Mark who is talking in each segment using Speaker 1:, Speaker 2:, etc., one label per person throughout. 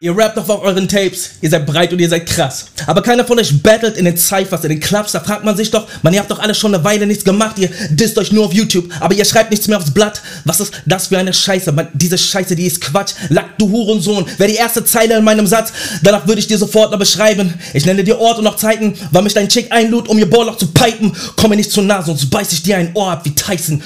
Speaker 1: Ihr rappt auf euren Tapes, ihr seid breit und ihr seid krass. Aber keiner von euch battelt in den Cyphers, in den Clubs. Da fragt man sich doch, man, ihr habt doch alle schon eine Weile nichts gemacht. Ihr disst euch nur auf YouTube, aber ihr schreibt nichts mehr aufs Blatt. Was ist das für eine Scheiße? Man, diese Scheiße, die ist Quatsch. Lack, du Hurensohn, wäre die erste Zeile in meinem Satz. Danach würde ich dir sofort noch beschreiben. Ich nenne dir Ort und auch Zeiten, wann mich dein Chick einlud, um ihr Bohrloch zu pipen. Komm mir nicht zu nah, sonst beiß ich dir ein Ohr ab wie Tyson.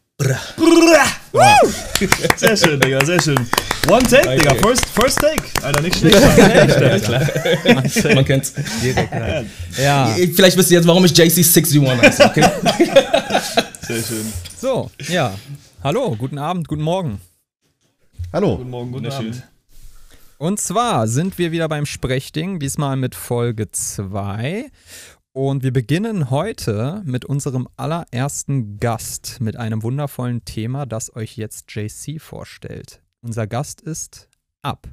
Speaker 2: Sehr schön, Digga, sehr schön. One take, okay. Digga, first take. Alter, nicht schlecht.
Speaker 1: Ja, klar. Man kennt's. Ja. Vielleicht wisst ihr jetzt, warum ich JC61 heiße, okay?
Speaker 2: Sehr schön.
Speaker 3: So, ja. Hallo, guten Abend, guten Morgen.
Speaker 4: Hallo.
Speaker 2: Guten Morgen, guten Abend.
Speaker 3: Und zwar sind wir wieder beim Sprechding, diesmal mit Folge 2. Und wir beginnen heute mit unserem allerersten Gast, mit einem wundervollen Thema, das euch jetzt JC vorstellt. Unser Gast ist Ab.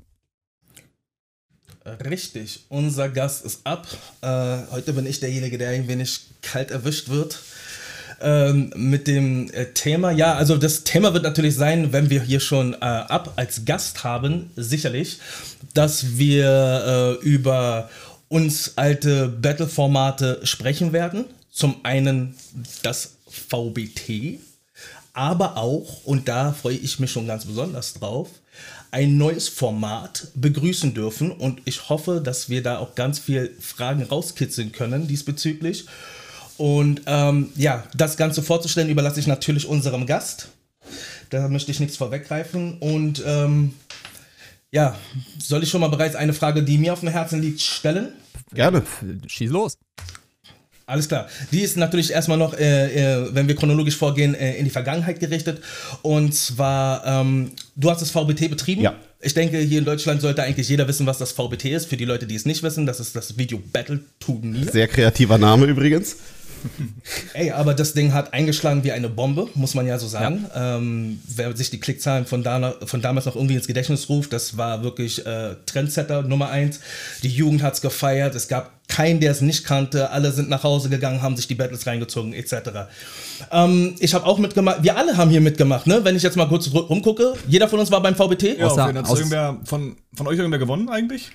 Speaker 1: Richtig, unser Gast ist Ab. Heute bin ich derjenige, der ein wenig kalt erwischt wird mit dem Thema. Ja, also das Thema wird natürlich sein, wenn wir hier schon Ab als Gast haben, sicherlich, dass wir über uns alte Battle-Formate sprechen werden. Zum einen das VBT, aber auch, und da freue ich mich schon ganz besonders drauf, ein neues Format begrüßen dürfen. Und ich hoffe, dass wir da auch ganz viel Fragen rauskitzeln können diesbezüglich. Und ja, das Ganze vorzustellen, überlasse ich natürlich unserem Gast. Da möchte ich nichts vorweggreifen. Und ja, soll ich schon mal bereits eine Frage, die mir auf dem Herzen liegt, stellen?
Speaker 3: Gerne. Schieß los.
Speaker 1: Alles klar. Die ist natürlich erstmal noch, wenn wir chronologisch vorgehen, in die Vergangenheit gerichtet. Und zwar, du hast das VBT betrieben.
Speaker 4: Ja.
Speaker 1: Ich denke, hier in Deutschland sollte eigentlich jeder wissen, was das VBT ist. Für die Leute, die es nicht wissen, das ist das Video Battle Turnier.
Speaker 4: Sehr kreativer Name übrigens.
Speaker 1: Ey, aber das Ding hat eingeschlagen wie eine Bombe, muss man ja so sagen. Ja. Wer sich die Klickzahlen von damals noch irgendwie ins Gedächtnis ruft, das war wirklich Trendsetter Nummer 1. Die Jugend hat's gefeiert, es gab keinen, der es nicht kannte. Alle sind nach Hause gegangen, haben sich die Battles reingezogen, etc. Ich habe auch mitgemacht, wir alle haben hier mitgemacht, ne? Wenn ich jetzt mal kurz rumgucke, jeder von uns war beim VBT.
Speaker 2: Ja, okay. Hat irgendwer von euch irgendwer gewonnen eigentlich?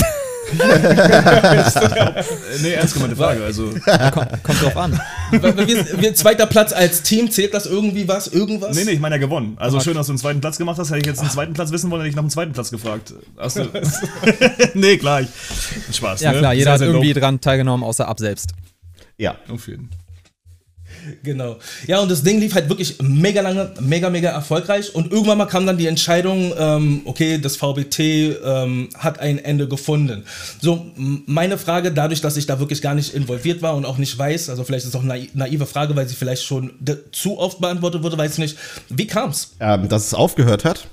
Speaker 2: Nee, ernst gemeinte Frage, also.
Speaker 3: Kommt drauf an.
Speaker 1: Wir zweiter Platz als Team, zählt das irgendwie was? Irgendwas?
Speaker 2: Nee, ich meine ja gewonnen. Also schön, dass du einen zweiten Platz gemacht hast. Hätte ich jetzt einen zweiten Platz wissen wollen, hätte ich nach dem zweiten Platz gefragt. Hast du? Nee, klar. Spaß.
Speaker 3: Ja,
Speaker 2: ne?
Speaker 3: klar, jeder
Speaker 2: sehr,
Speaker 3: hat irgendwie
Speaker 2: dope.
Speaker 3: dran teilgenommen, außer Ab selbst.
Speaker 4: Ja.
Speaker 2: Auf jeden Fall.
Speaker 1: Genau. Ja, und das Ding lief halt wirklich mega lange, mega erfolgreich. Und irgendwann mal kam dann die Entscheidung, okay, das VBT hat ein Ende gefunden. So, meine Frage, dadurch, dass ich da wirklich gar nicht involviert war und auch nicht weiß, also vielleicht ist es auch eine naive Frage, weil sie vielleicht schon zu oft beantwortet wurde, weiß ich nicht. Wie kam's?
Speaker 4: Dass es aufgehört hat?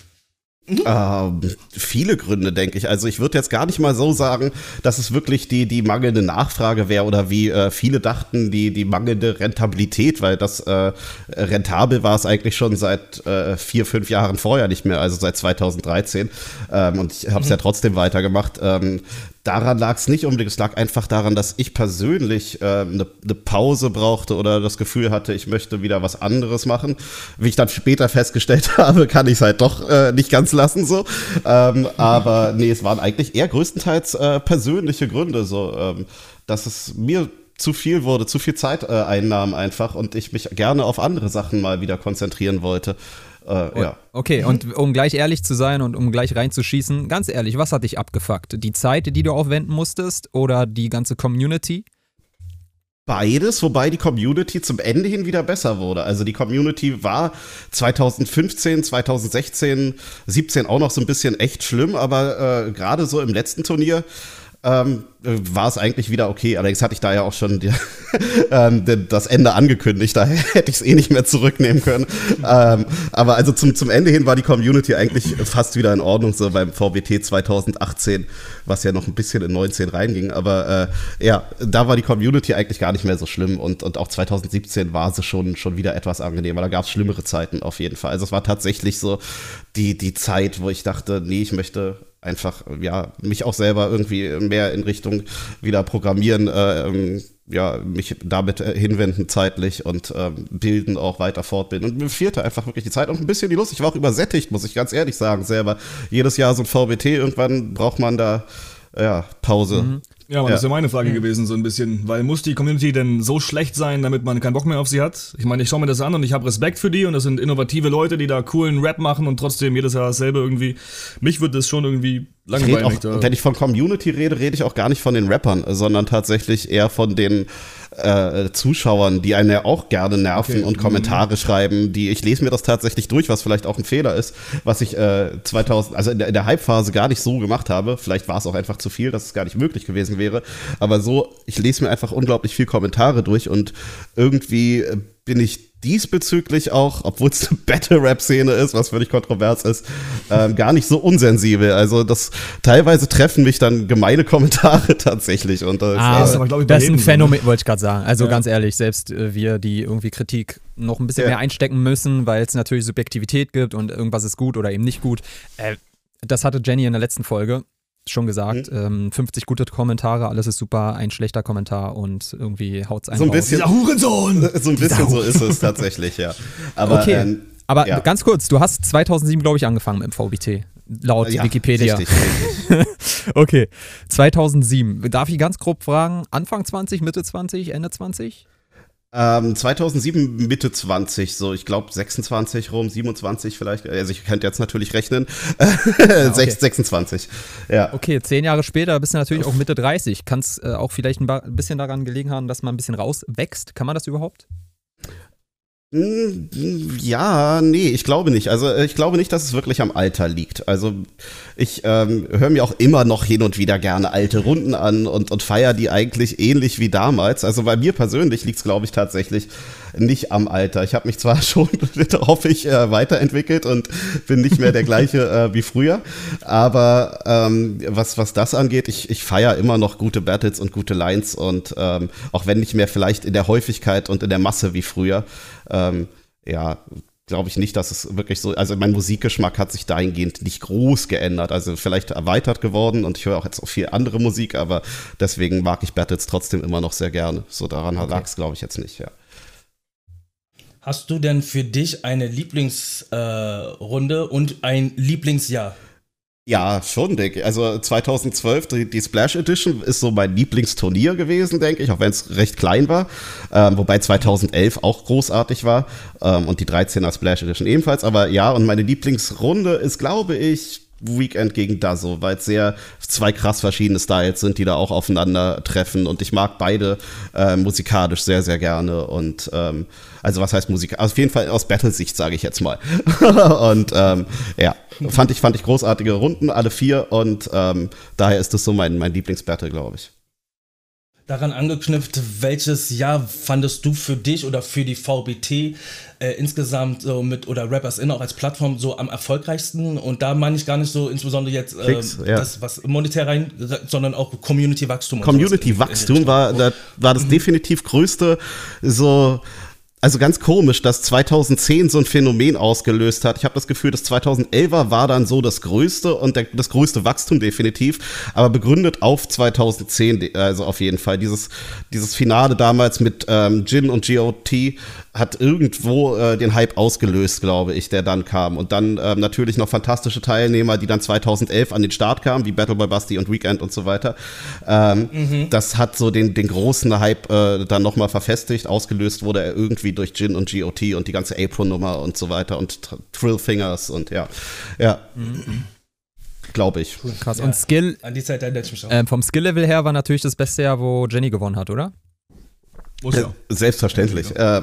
Speaker 4: Viele Gründe, denke ich. Also ich würde jetzt gar nicht mal so sagen, dass es wirklich die mangelnde Nachfrage wäre oder wie viele dachten, die mangelnde Rentabilität, weil das rentabel war es eigentlich schon seit 4-5 Jahren vorher nicht mehr, also seit 2013. Und ich habe es ja trotzdem weitergemacht. Daran lag es nicht unbedingt, es lag einfach daran, dass ich persönlich eine Pause brauchte oder das Gefühl hatte, ich möchte wieder was anderes machen. Wie ich dann später festgestellt habe, kann ich es halt doch nicht ganz lassen so. Aber nee, es waren eigentlich eher größtenteils persönliche Gründe, so, dass es mir zu viel wurde, zu viel Zeit einnahm einfach und ich mich gerne auf andere Sachen mal wieder konzentrieren wollte. Ja.
Speaker 3: Okay, und um gleich ehrlich zu sein und um gleich reinzuschießen, ganz ehrlich, was hat dich abgefuckt? Die Zeit, die du aufwenden musstest oder die ganze Community?
Speaker 4: Beides, wobei die Community zum Ende hin wieder besser wurde. Also die Community war 2015, 2016, 17 auch noch so ein bisschen echt schlimm, aber gerade so im letzten Turnier war es eigentlich wieder okay. Allerdings hatte ich da ja auch schon das Ende angekündigt, daher hätte ich es eh nicht mehr zurücknehmen können. Aber also zum Ende hin war die Community eigentlich fast wieder in Ordnung, so beim VBT 2018, was ja noch ein bisschen in 19 reinging. Aber ja, da war die Community eigentlich gar nicht mehr so schlimm und auch 2017 war sie schon wieder etwas angenehmer. Da gab es schlimmere Zeiten auf jeden Fall. Also es war tatsächlich so die Zeit, wo ich dachte, nee, ich möchte einfach, ja, mich auch selber irgendwie mehr in Richtung wieder Programmieren mich damit hinwenden zeitlich und bilden, auch weiter fortbilden. Und mir fehlte einfach wirklich die Zeit und ein bisschen die Lust. Ich war auch übersättigt, muss ich ganz ehrlich sagen, selber. Jedes Jahr so ein VBT, irgendwann braucht man da Pause.
Speaker 2: Mhm. Ja, das ist ja meine Frage gewesen, so ein bisschen. Weil muss die Community denn so schlecht sein, damit man keinen Bock mehr auf sie hat? Ich meine, ich schaue mir das an und ich habe Respekt für die und das sind innovative Leute, die da coolen Rap machen und trotzdem jedes Jahr dasselbe irgendwie. Mich wird das schon irgendwie langweilig.
Speaker 4: Wenn ich von Community rede, rede ich auch gar nicht von den Rappern, sondern tatsächlich eher von den Zuschauern, die einen ja auch gerne nerven und Kommentare schreiben, ich lese mir das tatsächlich durch, was vielleicht auch ein Fehler ist, was ich 2000, also in der Hype-Phase gar nicht so gemacht habe. Vielleicht war es auch einfach zu viel, dass es gar nicht möglich gewesen wäre. Aber so, ich lese mir einfach unglaublich viel Kommentare durch und irgendwie bin ich diesbezüglich auch, obwohl es eine Battle-Rap-Szene ist, was völlig kontrovers ist, gar nicht so unsensibel. Also teilweise treffen mich dann gemeine Kommentare tatsächlich. Und
Speaker 3: das ist aber, glaube ich, das ist ein Phänomen, wollte ich gerade sagen. Also ganz ehrlich, selbst wir, die irgendwie Kritik noch ein bisschen mehr einstecken müssen, weil es natürlich Subjektivität gibt und irgendwas ist gut oder eben nicht gut. Das hatte Jenny in der letzten Folge schon gesagt, 50 gute Kommentare, alles ist super, ein schlechter Kommentar und irgendwie haut's einen
Speaker 4: so ein bisschen,
Speaker 3: raus.
Speaker 2: Dieser Hurensohn!
Speaker 4: So ein bisschen so ist es tatsächlich, ja. Aber,
Speaker 3: okay, aber ganz kurz, du hast 2007, glaube ich, angefangen mit dem VBT, laut Wikipedia.
Speaker 4: Richtig.
Speaker 3: Okay, 2007. Darf ich ganz grob fragen, Anfang 20, Mitte 20, Ende 20?
Speaker 4: 2007 Mitte 20, so ich glaube 26 rum, 27 vielleicht, also ich könnte jetzt natürlich rechnen, 26, ja.
Speaker 3: Okay, 10 Jahre später bist du natürlich auch Mitte 30, kann es auch vielleicht ein bisschen daran gelegen haben, dass man ein bisschen rauswächst, kann man das überhaupt?
Speaker 4: Ja, nee, ich glaube nicht. Also ich glaube nicht, dass es wirklich am Alter liegt. Also ich höre mir auch immer noch hin und wieder gerne alte Runden an und feiere die eigentlich ähnlich wie damals. Also bei mir persönlich liegt es, glaube ich, tatsächlich nicht am Alter. Ich habe mich zwar schon, hoffe ich, weiterentwickelt und bin nicht mehr der gleiche wie früher, aber was das angeht, ich feiere immer noch gute Battles und gute Lines und auch wenn nicht mehr vielleicht in der Häufigkeit und in der Masse wie früher, glaube ich nicht, dass es wirklich so, also mein Musikgeschmack hat sich dahingehend nicht groß geändert, also vielleicht erweitert geworden und ich höre auch jetzt auch viel andere Musik, aber deswegen mag ich Battles trotzdem immer noch sehr gerne. So daran lag es, glaube ich, jetzt nicht, ja.
Speaker 1: Hast du denn für dich eine Lieblingsrunde und ein Lieblingsjahr?
Speaker 4: Ja, schon, denke ich. Also 2012, die Splash Edition ist so mein Lieblingsturnier gewesen, denke ich, auch wenn es recht klein war. Wobei 2011 auch großartig war und die 13er Splash Edition ebenfalls. Aber ja, und meine Lieblingsrunde ist, glaube ich, Weekend gegen Dazzo, weil es zwei krass verschiedene Styles sind, die da auch aufeinandertreffen und ich mag beide musikalisch sehr, sehr gerne und also was heißt Musik? Auf jeden Fall aus Battle-Sicht, sage ich jetzt mal. Und fand ich großartige Runden, alle 4 und daher ist das so mein Lieblingsbattle, glaube ich.
Speaker 1: Daran angeknüpft, welches Jahr fandest du für dich oder für die VBT insgesamt so oder Rappers In auch als Plattform so am erfolgreichsten? Und da meine ich gar nicht so insbesondere jetzt das, was monetär rein, sondern auch Community-Wachstum.
Speaker 4: Community-Wachstum war das definitiv größte so. Also ganz komisch, dass 2010 so ein Phänomen ausgelöst hat. Ich habe das Gefühl, das 2011er war dann so das größte und das größte Wachstum definitiv, aber begründet auf 2010, also auf jeden Fall. Dieses Finale damals mit Jin und GOT hat irgendwo den Hype ausgelöst, glaube ich, der dann kam. Und dann natürlich noch fantastische Teilnehmer, die dann 2011 an den Start kamen, wie Battle Boy Basti und Weekend und so weiter. Das hat so den großen Hype dann nochmal verfestigt. Ausgelöst wurde er irgendwie durch Jin und GOT und die ganze Apron-Nummer und so weiter und Thrill Fingers und ja. Glaube ich.
Speaker 3: Krass. Und Skill,
Speaker 1: an die Zeit erinnere ich mich auch.
Speaker 3: Vom Skill-Level her war natürlich das beste Jahr, wo Jenny gewonnen hat, oder?
Speaker 4: Selbstverständlich.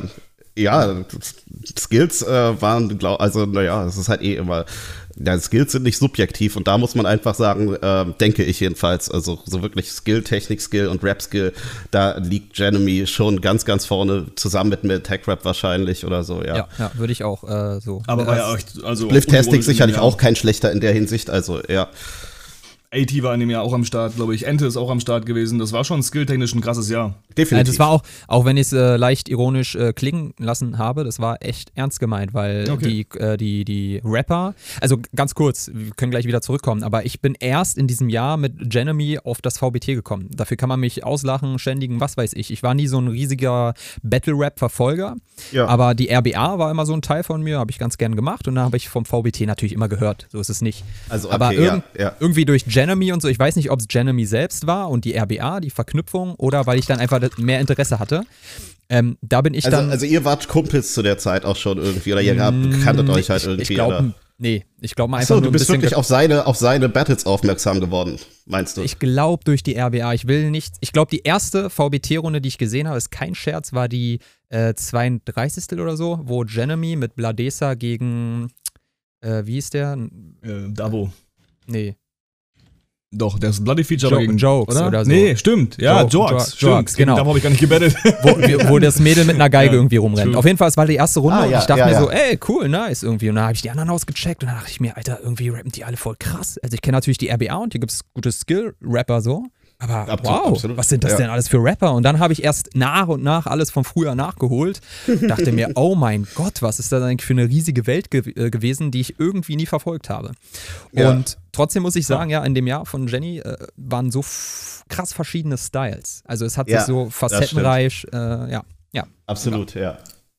Speaker 4: Skills waren, es ist halt immer, Skills sind nicht subjektiv und da muss man einfach sagen, denke ich jedenfalls, also so wirklich Skill, Technik-Skill und Rap-Skill, da liegt Jeremy schon ganz, ganz vorne, zusammen mit Tech-Rap wahrscheinlich oder so, ja.
Speaker 3: Ja, würde ich auch so.
Speaker 2: Aber war ja auch,
Speaker 4: Spliff-Tastic sicherlich auch kein schlechter in der Hinsicht, also ja.
Speaker 2: AT war in dem Jahr auch am Start, glaube ich. Ente ist auch am Start gewesen. Das war schon skilltechnisch ein krasses Jahr.
Speaker 4: Definitiv.
Speaker 3: Das war auch wenn ich es leicht ironisch klingen lassen habe, das war echt ernst gemeint, weil die Rapper, also ganz kurz, wir können gleich wieder zurückkommen, aber ich bin erst in diesem Jahr mit Janemy auf das VBT gekommen. Dafür kann man mich auslachen, ständigen, was weiß ich. Ich war nie so ein riesiger Battle-Rap-Verfolger, aber die RBA war immer so ein Teil von mir, habe ich ganz gern gemacht und dann habe ich vom VBT natürlich immer gehört. So ist es nicht.
Speaker 4: Also, okay,
Speaker 3: aber irgendwie durch Janemy und so, ich weiß nicht, ob es Janemy selbst war und die RBA, die Verknüpfung, oder weil ich dann einfach mehr Interesse hatte. Da bin ich dann.
Speaker 4: Also ihr wart Kumpels zu der Zeit auch schon irgendwie, oder ihr kanntet euch halt irgendwie.
Speaker 3: Ich glaube mal einfach
Speaker 4: so,
Speaker 3: nur
Speaker 4: du bist wirklich auf seine Battles aufmerksam geworden, meinst du?
Speaker 3: Ich glaube durch die RBA. Ich glaube, die erste VBT-Runde, die ich gesehen habe, ist kein Scherz, war die 32. oder so, wo Janemy mit Bladesa gegen, wie ist der?
Speaker 2: Davo.
Speaker 3: Nee.
Speaker 2: Doch, das Bloody Feature gegen
Speaker 3: Jokes oder so.
Speaker 2: Nee, stimmt. Ja, Jokes,
Speaker 3: genau.
Speaker 2: Da habe ich gar nicht gebettelt.
Speaker 3: Wo das Mädel mit einer Geige irgendwie rumrennt.
Speaker 2: True.
Speaker 3: Auf jeden Fall, es war die erste Runde und ich dachte mir so,
Speaker 4: ja.
Speaker 3: ey, cool, nice irgendwie. Und dann habe ich die anderen ausgecheckt und dann dachte ich mir, Alter, irgendwie rappen die alle voll krass. Also ich kenne natürlich die RBA und hier gibt es gute Skill-Rapper so. Aber
Speaker 4: Absolut.
Speaker 3: Was sind das denn alles für Rapper? Und dann habe ich erst nach und nach alles vom Frühjahr nachgeholt. Dachte mir, oh mein Gott, was ist das eigentlich für eine riesige Welt gewesen, die ich irgendwie nie verfolgt habe.
Speaker 4: Ja.
Speaker 3: Und trotzdem muss ich sagen, in dem Jahr von Jenny waren so krass verschiedene Styles. Also es hat sich so facettenreich,
Speaker 4: Absolut, ja.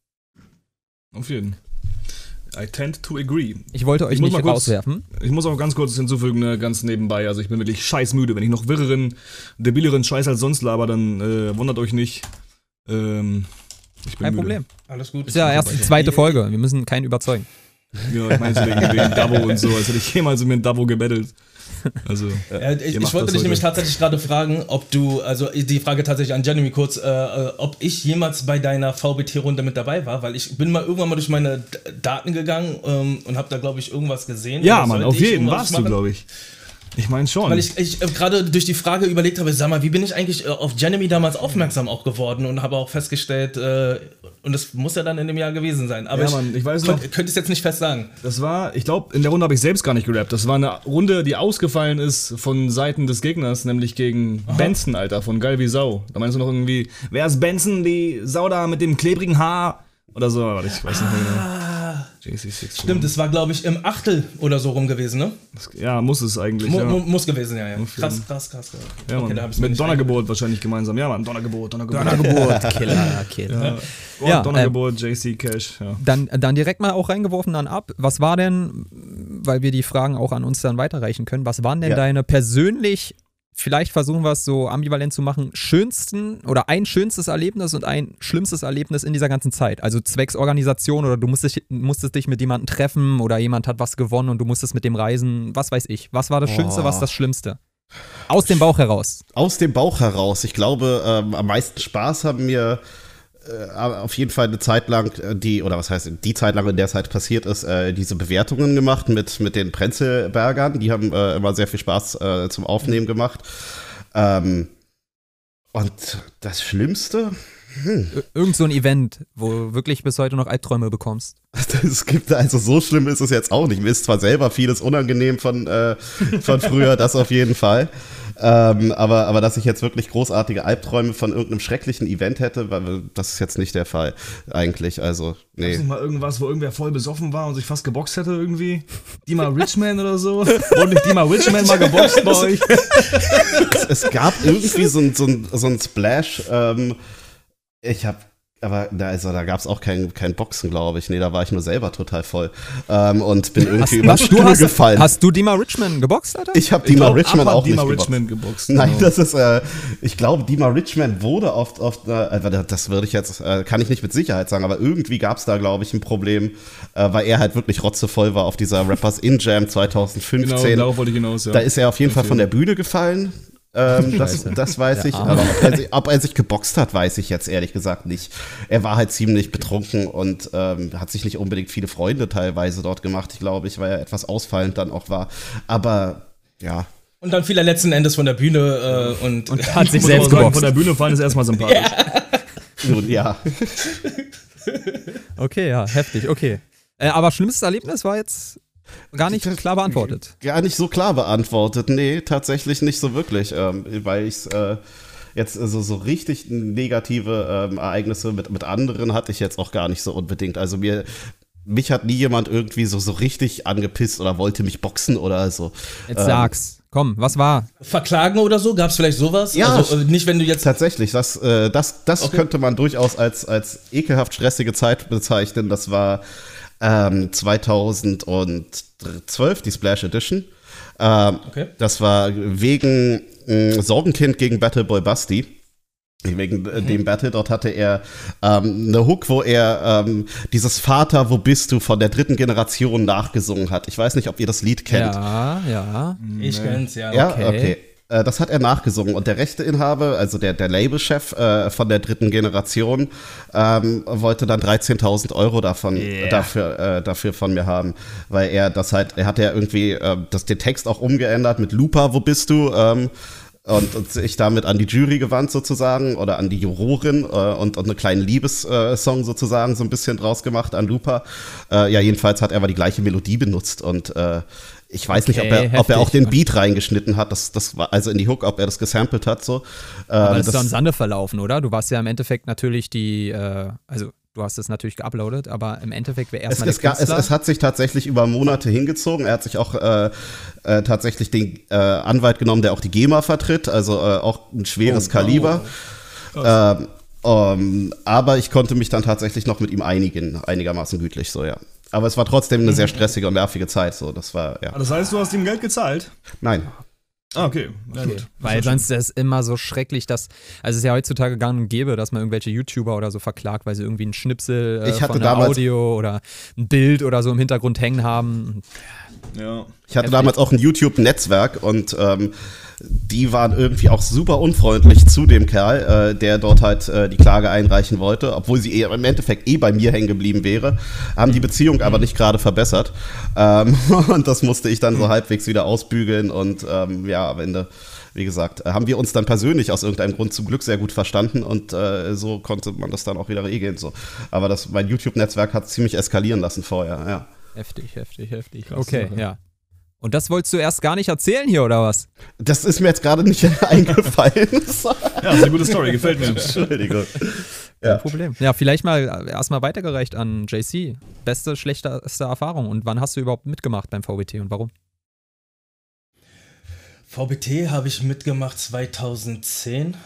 Speaker 2: Auf jeden Fall. I tend to agree.
Speaker 3: Ich wollte euch nicht rauswerfen.
Speaker 2: Ich muss auch ganz kurz hinzufügen, ganz nebenbei. Also ich bin wirklich scheißmüde. Wenn ich noch wirreren, debileren Scheiß als sonst laber, dann wundert euch nicht. Ich bin
Speaker 3: Kein
Speaker 2: müde.
Speaker 3: Problem.
Speaker 1: Alles gut.
Speaker 3: Ist ja erst die zweite Folge. Wir müssen keinen überzeugen.
Speaker 2: Ja, ich meine wegen Davo und so, als hätte ich jemals mit Davo gebettelt. Also,
Speaker 1: ich wollte dich nämlich tatsächlich gerade fragen, ob du, also die Frage tatsächlich an Janemy kurz, ob ich jemals bei deiner VBT-Runde mit dabei war, weil ich bin irgendwann mal durch meine Daten gegangen und habe da, glaube ich, irgendwas gesehen.
Speaker 2: Ja, Mann, auf jeden warst du, glaube ich. Ich meine schon.
Speaker 1: Weil ich gerade durch die Frage überlegt habe, sag mal, wie bin ich eigentlich auf Janemy damals aufmerksam auch geworden und habe auch festgestellt, und das muss ja dann in dem Jahr gewesen sein, aber
Speaker 2: ich weiß noch,
Speaker 1: könnte es jetzt nicht fest sagen.
Speaker 2: Das war, ich glaube, in der Runde habe ich selbst gar nicht gerappt. Das war eine Runde, die ausgefallen ist von Seiten des Gegners, nämlich gegen Benson, Alter, von Geil wie Sau. Da meinst du noch irgendwie, wer ist Benson, die Sau da mit dem klebrigen Haar? Oder so, aber ich weiß nicht mehr genau. JC6.
Speaker 1: Stimmt, das war, glaube ich, im Achtel oder so rum gewesen, ne?
Speaker 2: Ja, muss es eigentlich.
Speaker 1: Muss gewesen, ja. Krass.
Speaker 2: Ja, okay,
Speaker 1: Mann.
Speaker 2: Mit Donnergeburt wahrscheinlich gemeinsam. Ja, Mann, Donnergeburt.
Speaker 3: Killer.
Speaker 2: Ja, Donnergeburt, JC Cash. Ja.
Speaker 3: Dann direkt mal auch reingeworfen dann ab. Was war denn, weil wir die Fragen auch an uns dann weiterreichen können, was waren denn deine persönlich, vielleicht versuchen wir es so ambivalent zu machen, schönsten oder ein schönstes Erlebnis und ein schlimmstes Erlebnis in dieser ganzen Zeit? Also zwecks Organisation oder du musstest dich mit jemandem treffen oder jemand hat was gewonnen und du musstest mit dem reisen, was weiß ich. Was war das Schönste, was das Schlimmste? Aus dem Bauch heraus.
Speaker 4: Aus dem Bauch heraus. Ich glaube, am meisten Spaß haben mir auf jeden Fall eine Zeit lang, die Zeit lang, in der es halt passiert ist, diese Bewertungen gemacht mit den Prenzelbergern. Die haben immer sehr viel Spaß zum Aufnehmen gemacht. Und das Schlimmste?
Speaker 3: Irgend so ein Event, wo du wirklich bis heute noch Albträume bekommst.
Speaker 4: Also so schlimm ist es jetzt auch nicht. Mir ist zwar selber vieles unangenehm von früher, das auf jeden Fall. Aber dass ich jetzt wirklich großartige Albträume von irgendeinem schrecklichen Event hätte, das ist jetzt nicht der Fall eigentlich. Also, nee.
Speaker 2: Gab's nicht mal irgendwas, wo irgendwer voll besoffen war und sich fast geboxt hätte irgendwie? Dima Richman oder so? Wurde nicht Dima Richman mal geboxt bei euch?
Speaker 4: Es gab irgendwie so ein Splash, aber da gab es auch kein Boxen, glaube ich. Nee, da war ich nur selber total voll. Und bin irgendwie über Stühle gefallen.
Speaker 3: Hast du Dima Richman geboxt, Alter?
Speaker 4: Ich habe Dima Richman auch
Speaker 2: Dima
Speaker 4: nicht
Speaker 2: Richman geboxt.
Speaker 4: Nein,
Speaker 2: genau.
Speaker 4: das ist, ich glaube, Dima Richman wurde oft das würde ich jetzt, kann ich nicht mit Sicherheit sagen, aber irgendwie gab es da, glaube ich, ein Problem, weil er halt wirklich rotzevoll war auf dieser Rappers in Jam 2015.
Speaker 2: Genau, darauf wollte ich hinaus, ja.
Speaker 4: Da ist er auf jeden Fall von der Bühne gefallen. Das weiß ich, aber ob er sich geboxt hat, weiß ich jetzt ehrlich gesagt nicht. Er war halt ziemlich betrunken und hat sich nicht unbedingt viele Freunde teilweise dort gemacht, ich glaube, weil er etwas ausfallend dann auch war. Aber ja.
Speaker 1: Und dann fiel er letzten Endes von der Bühne und
Speaker 3: hat sich selbst geboxt.
Speaker 2: Von der Bühne fallen ist erstmal sympathisch.
Speaker 4: Nun, ja.
Speaker 3: Okay, ja, heftig, okay. Aber schlimmstes Erlebnis war jetzt gar nicht klar beantwortet.
Speaker 4: Gar nicht so klar beantwortet. Nee, tatsächlich nicht so wirklich, weil ich jetzt so richtig negative Ereignisse mit anderen hatte ich jetzt auch gar nicht so unbedingt. Also mich hat nie jemand irgendwie so richtig angepisst oder wollte mich boxen oder so.
Speaker 3: Jetzt sag's. Komm, was war?
Speaker 1: Verklagen oder so? Gab's vielleicht sowas?
Speaker 4: Ja,
Speaker 1: also, nicht, wenn du jetzt.
Speaker 4: Tatsächlich, das okay. Könnte man durchaus als ekelhaft stressige Zeit bezeichnen. Das war 2012, die Splash Edition.
Speaker 1: Okay.
Speaker 4: Das war wegen Sorgenkind gegen Battleboy Basti. Wegen dem Battle, dort hatte er eine Hook, wo er dieses Vater, wo bist du von der 3. Generation nachgesungen hat. Ich weiß nicht, ob ihr das Lied kennt.
Speaker 3: Ja.
Speaker 1: Ich kenn's, ja.
Speaker 4: Ja, okay. Das hat er nachgesungen und der Rechteinhaber, also der Labelchef von der 3. Generation, wollte dann 13.000 Euro dafür von mir haben, weil er hat ja irgendwie den Text auch umgeändert mit Lupa, wo bist du? Und sich damit an die Jury gewandt sozusagen oder an die Jurorin und einen kleinen Liebessong sozusagen so ein bisschen draus gemacht an Lupa. Ja, jedenfalls hat er aber die gleiche Melodie benutzt und ich weiß nicht, ob er auch den Beat reingeschnitten hat, das war also in die Hook, ob er das gesampelt hat so.
Speaker 3: Aber das ist doch im Sande verlaufen, oder? Du warst ja im Endeffekt natürlich also du hast es natürlich geuploadet, aber im Endeffekt wäre erstmal
Speaker 4: es hat sich tatsächlich über Monate hingezogen. Er hat sich auch tatsächlich den Anwalt genommen, der auch die GEMA vertritt, also auch ein schweres Kaliber. Aber ich konnte mich dann tatsächlich noch mit ihm einigen, einigermaßen gütlich, so, ja. Aber es war trotzdem eine sehr stressige und nervige Zeit, so, das war, ja.
Speaker 2: Das heißt, du hast ihm Geld gezahlt?
Speaker 4: Nein.
Speaker 2: Ah, okay. Ja, gut.
Speaker 3: Weil sonst ist es immer so schrecklich, also es ist ja heutzutage gang und gäbe, dass man irgendwelche YouTuber oder so verklagt, weil sie irgendwie einen Schnipsel von einem Audio oder ein Bild oder so im Hintergrund hängen haben.
Speaker 2: Ja.
Speaker 4: Ich hatte damals auch ein YouTube-Netzwerk und die waren irgendwie auch super unfreundlich zu dem Kerl, der dort halt die Klage einreichen wollte, obwohl sie im Endeffekt bei mir hängen geblieben wäre, haben die Beziehung aber nicht gerade verbessert. Und das musste ich dann so halbwegs wieder ausbügeln und ja, am Ende, wie gesagt, haben wir uns dann persönlich aus irgendeinem Grund zum Glück sehr gut verstanden und so konnte man das dann auch wieder regeln. So. Aber mein YouTube-Netzwerk hat ziemlich eskalieren lassen vorher, ja.
Speaker 3: Heftig. Krass, okay, ja. Und das wolltest du erst gar nicht erzählen hier, oder was?
Speaker 4: Das ist mir jetzt gerade nicht eingefallen.
Speaker 2: Ja, das ist eine gute Story, gefällt mir.
Speaker 4: Entschuldigung.
Speaker 3: Kein Problem. Ja, vielleicht mal erstmal weitergereicht an JC. Beste, schlechteste Erfahrung. Und wann hast du überhaupt mitgemacht beim VBT und warum?
Speaker 1: VBT habe ich mitgemacht 2010,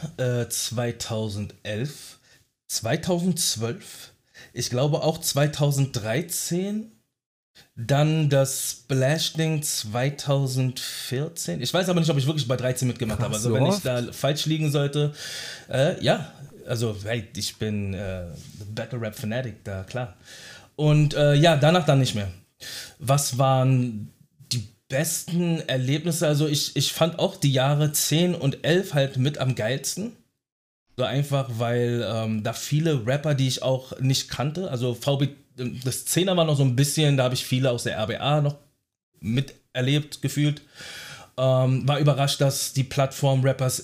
Speaker 1: 2011, 2012, ich glaube auch 2013. Dann das Splash-Ding 2014. Ich weiß aber nicht, ob ich wirklich bei 13 mitgemacht habe. Also wenn ich da falsch liegen sollte, ja. Also ich bin Battle-Rap-Fanatic, da klar. Und ja, danach dann nicht mehr. Was waren die besten Erlebnisse? Also ich fand auch die Jahre 10 und 11 halt mit am geilsten. So einfach, weil da viele Rapper, die ich auch nicht kannte, also das 10er war noch so ein bisschen, da habe ich viele aus der RBA noch miterlebt, gefühlt. War überrascht, dass die Plattform Rappers